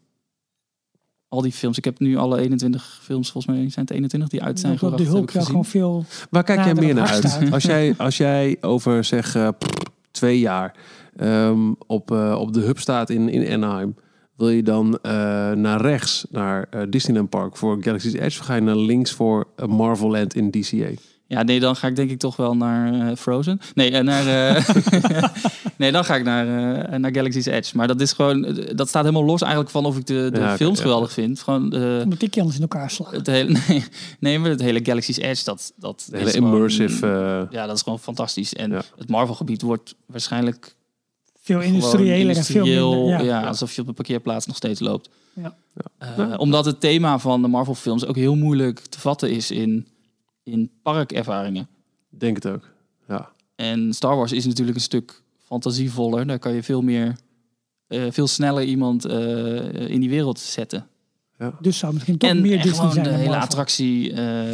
Al die films. Ik heb nu alle eenentwintig films, volgens mij zijn het eenentwintig die uit zijn Dat de gebracht. Hulk heb ik daar gezien. gewoon veel... Waar kijk jij nader meer op naar hart uit? staat. Als jij, als jij over zeg eh, pff, twee jaar ehm, op, eh, op de hub staat in, in Anaheim, wil je dan eh, naar rechts naar eh, Disneyland Park voor Galaxy's Edge, of ga je naar links voor eh, Marvel Land in D C A? Ja, nee, dan ga ik denk ik toch wel naar eh, Frozen. Nee, eh, naar, eh, nee, dan ga ik naar, eh, naar Galaxy's Edge. Maar dat is gewoon, eh, dat staat helemaal los eigenlijk van of ik de, de Ja, oké, films ja. geweldig vind. Gewoon eh, Omdat ik je anders in elkaar sla. het hele, nee, nee, maar het hele Galaxy's Edge, dat, dat De hele is gewoon- immersive. eh, ja, dat is gewoon fantastisch. En Ja. het Marvel-gebied wordt waarschijnlijk Veel gewoon industrieëler en veel industrieel, minder. ja, Ja. alsof je op een parkeerplaats nog steeds loopt. Ja. Eh, omdat het thema van de Marvel-films ook heel moeilijk te vatten is in, in parkervaringen. denk het ook. Ja. En Star Wars is natuurlijk een stuk fantasievoller. Daar kan je veel meer, eh, veel sneller iemand eh, in die wereld zetten. Dus zou misschien toch en meer en Disney gewoon zijn de dan hele Marvel. attractie. eh,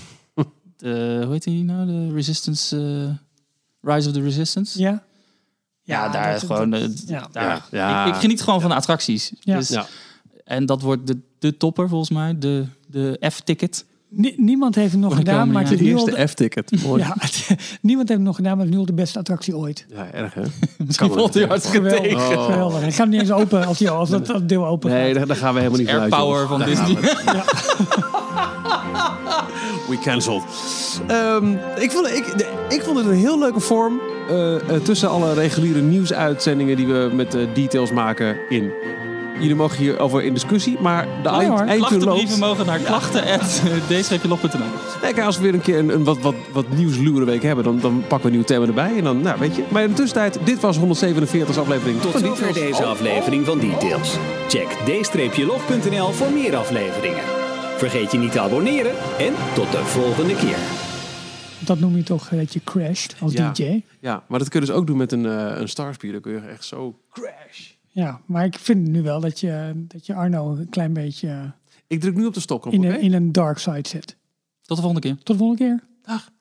de, hoe heet die nou? De Resistance. eh, Rise of the Resistance. Ja? Ja, daar dat- gewoon. dat- eh, ja. daar, Ja, ja. Ik, ik geniet gewoon van de attracties. Ja. Dus, Ja. En dat wordt de, de topper volgens mij. De, de F-ticket. Nie- niemand heeft het nog Voor de gedaan, maar het De is nu al eerste de, F-ticket. Mooi. ja, het- niemand heeft het nog gedaan, maar het is nu al de beste attractie ooit. Ja, erg hè? Misschien wel. valt hij hartstikke Geweldig. tegen. Oh. Geweldig. Ik ga hem niet eens open als, die, als dat, dat deel open Nee, gaat. daar, daar gaan we helemaal niet vanuit. Airpower joh. van Daar Disney. gaan we. We cancelled. Ehm, ik, vond, ik, ik vond het een heel leuke vorm. eh, eh, tussen alle reguliere nieuwsuitzendingen die we met eh, details maken in. Jullie mogen hierover in discussie, maar de hoor. eind, eindtoon Klachtenbrieven loopt. mogen naar klachten at d streepje log punt n l. Nee, kijk, als we weer een keer een, een wat, wat, wat nieuwsluwere week hebben, dan, dan pakken we een nieuw thema erbij. En dan, nou weet je. Maar in de tussentijd, dit was honderdzevenenveertigste aflevering. Tot van zover Details. deze aflevering van Details. Check d streepje log punt n l voor meer afleveringen. Vergeet je niet te abonneren en tot de volgende keer. Dat noem je toch eh, dat je crasht als Ja. D J. Ja, maar dat kun je dus ook doen met een, uh, een Starspeeder. Dan kun je echt zo crash. Ja, maar ik vind nu wel dat je, dat je Arno een klein beetje eh, Ik druk nu op de stopknop. in, oké? een, in een dark side zet. Tot de volgende keer. Tot de volgende keer. Dag.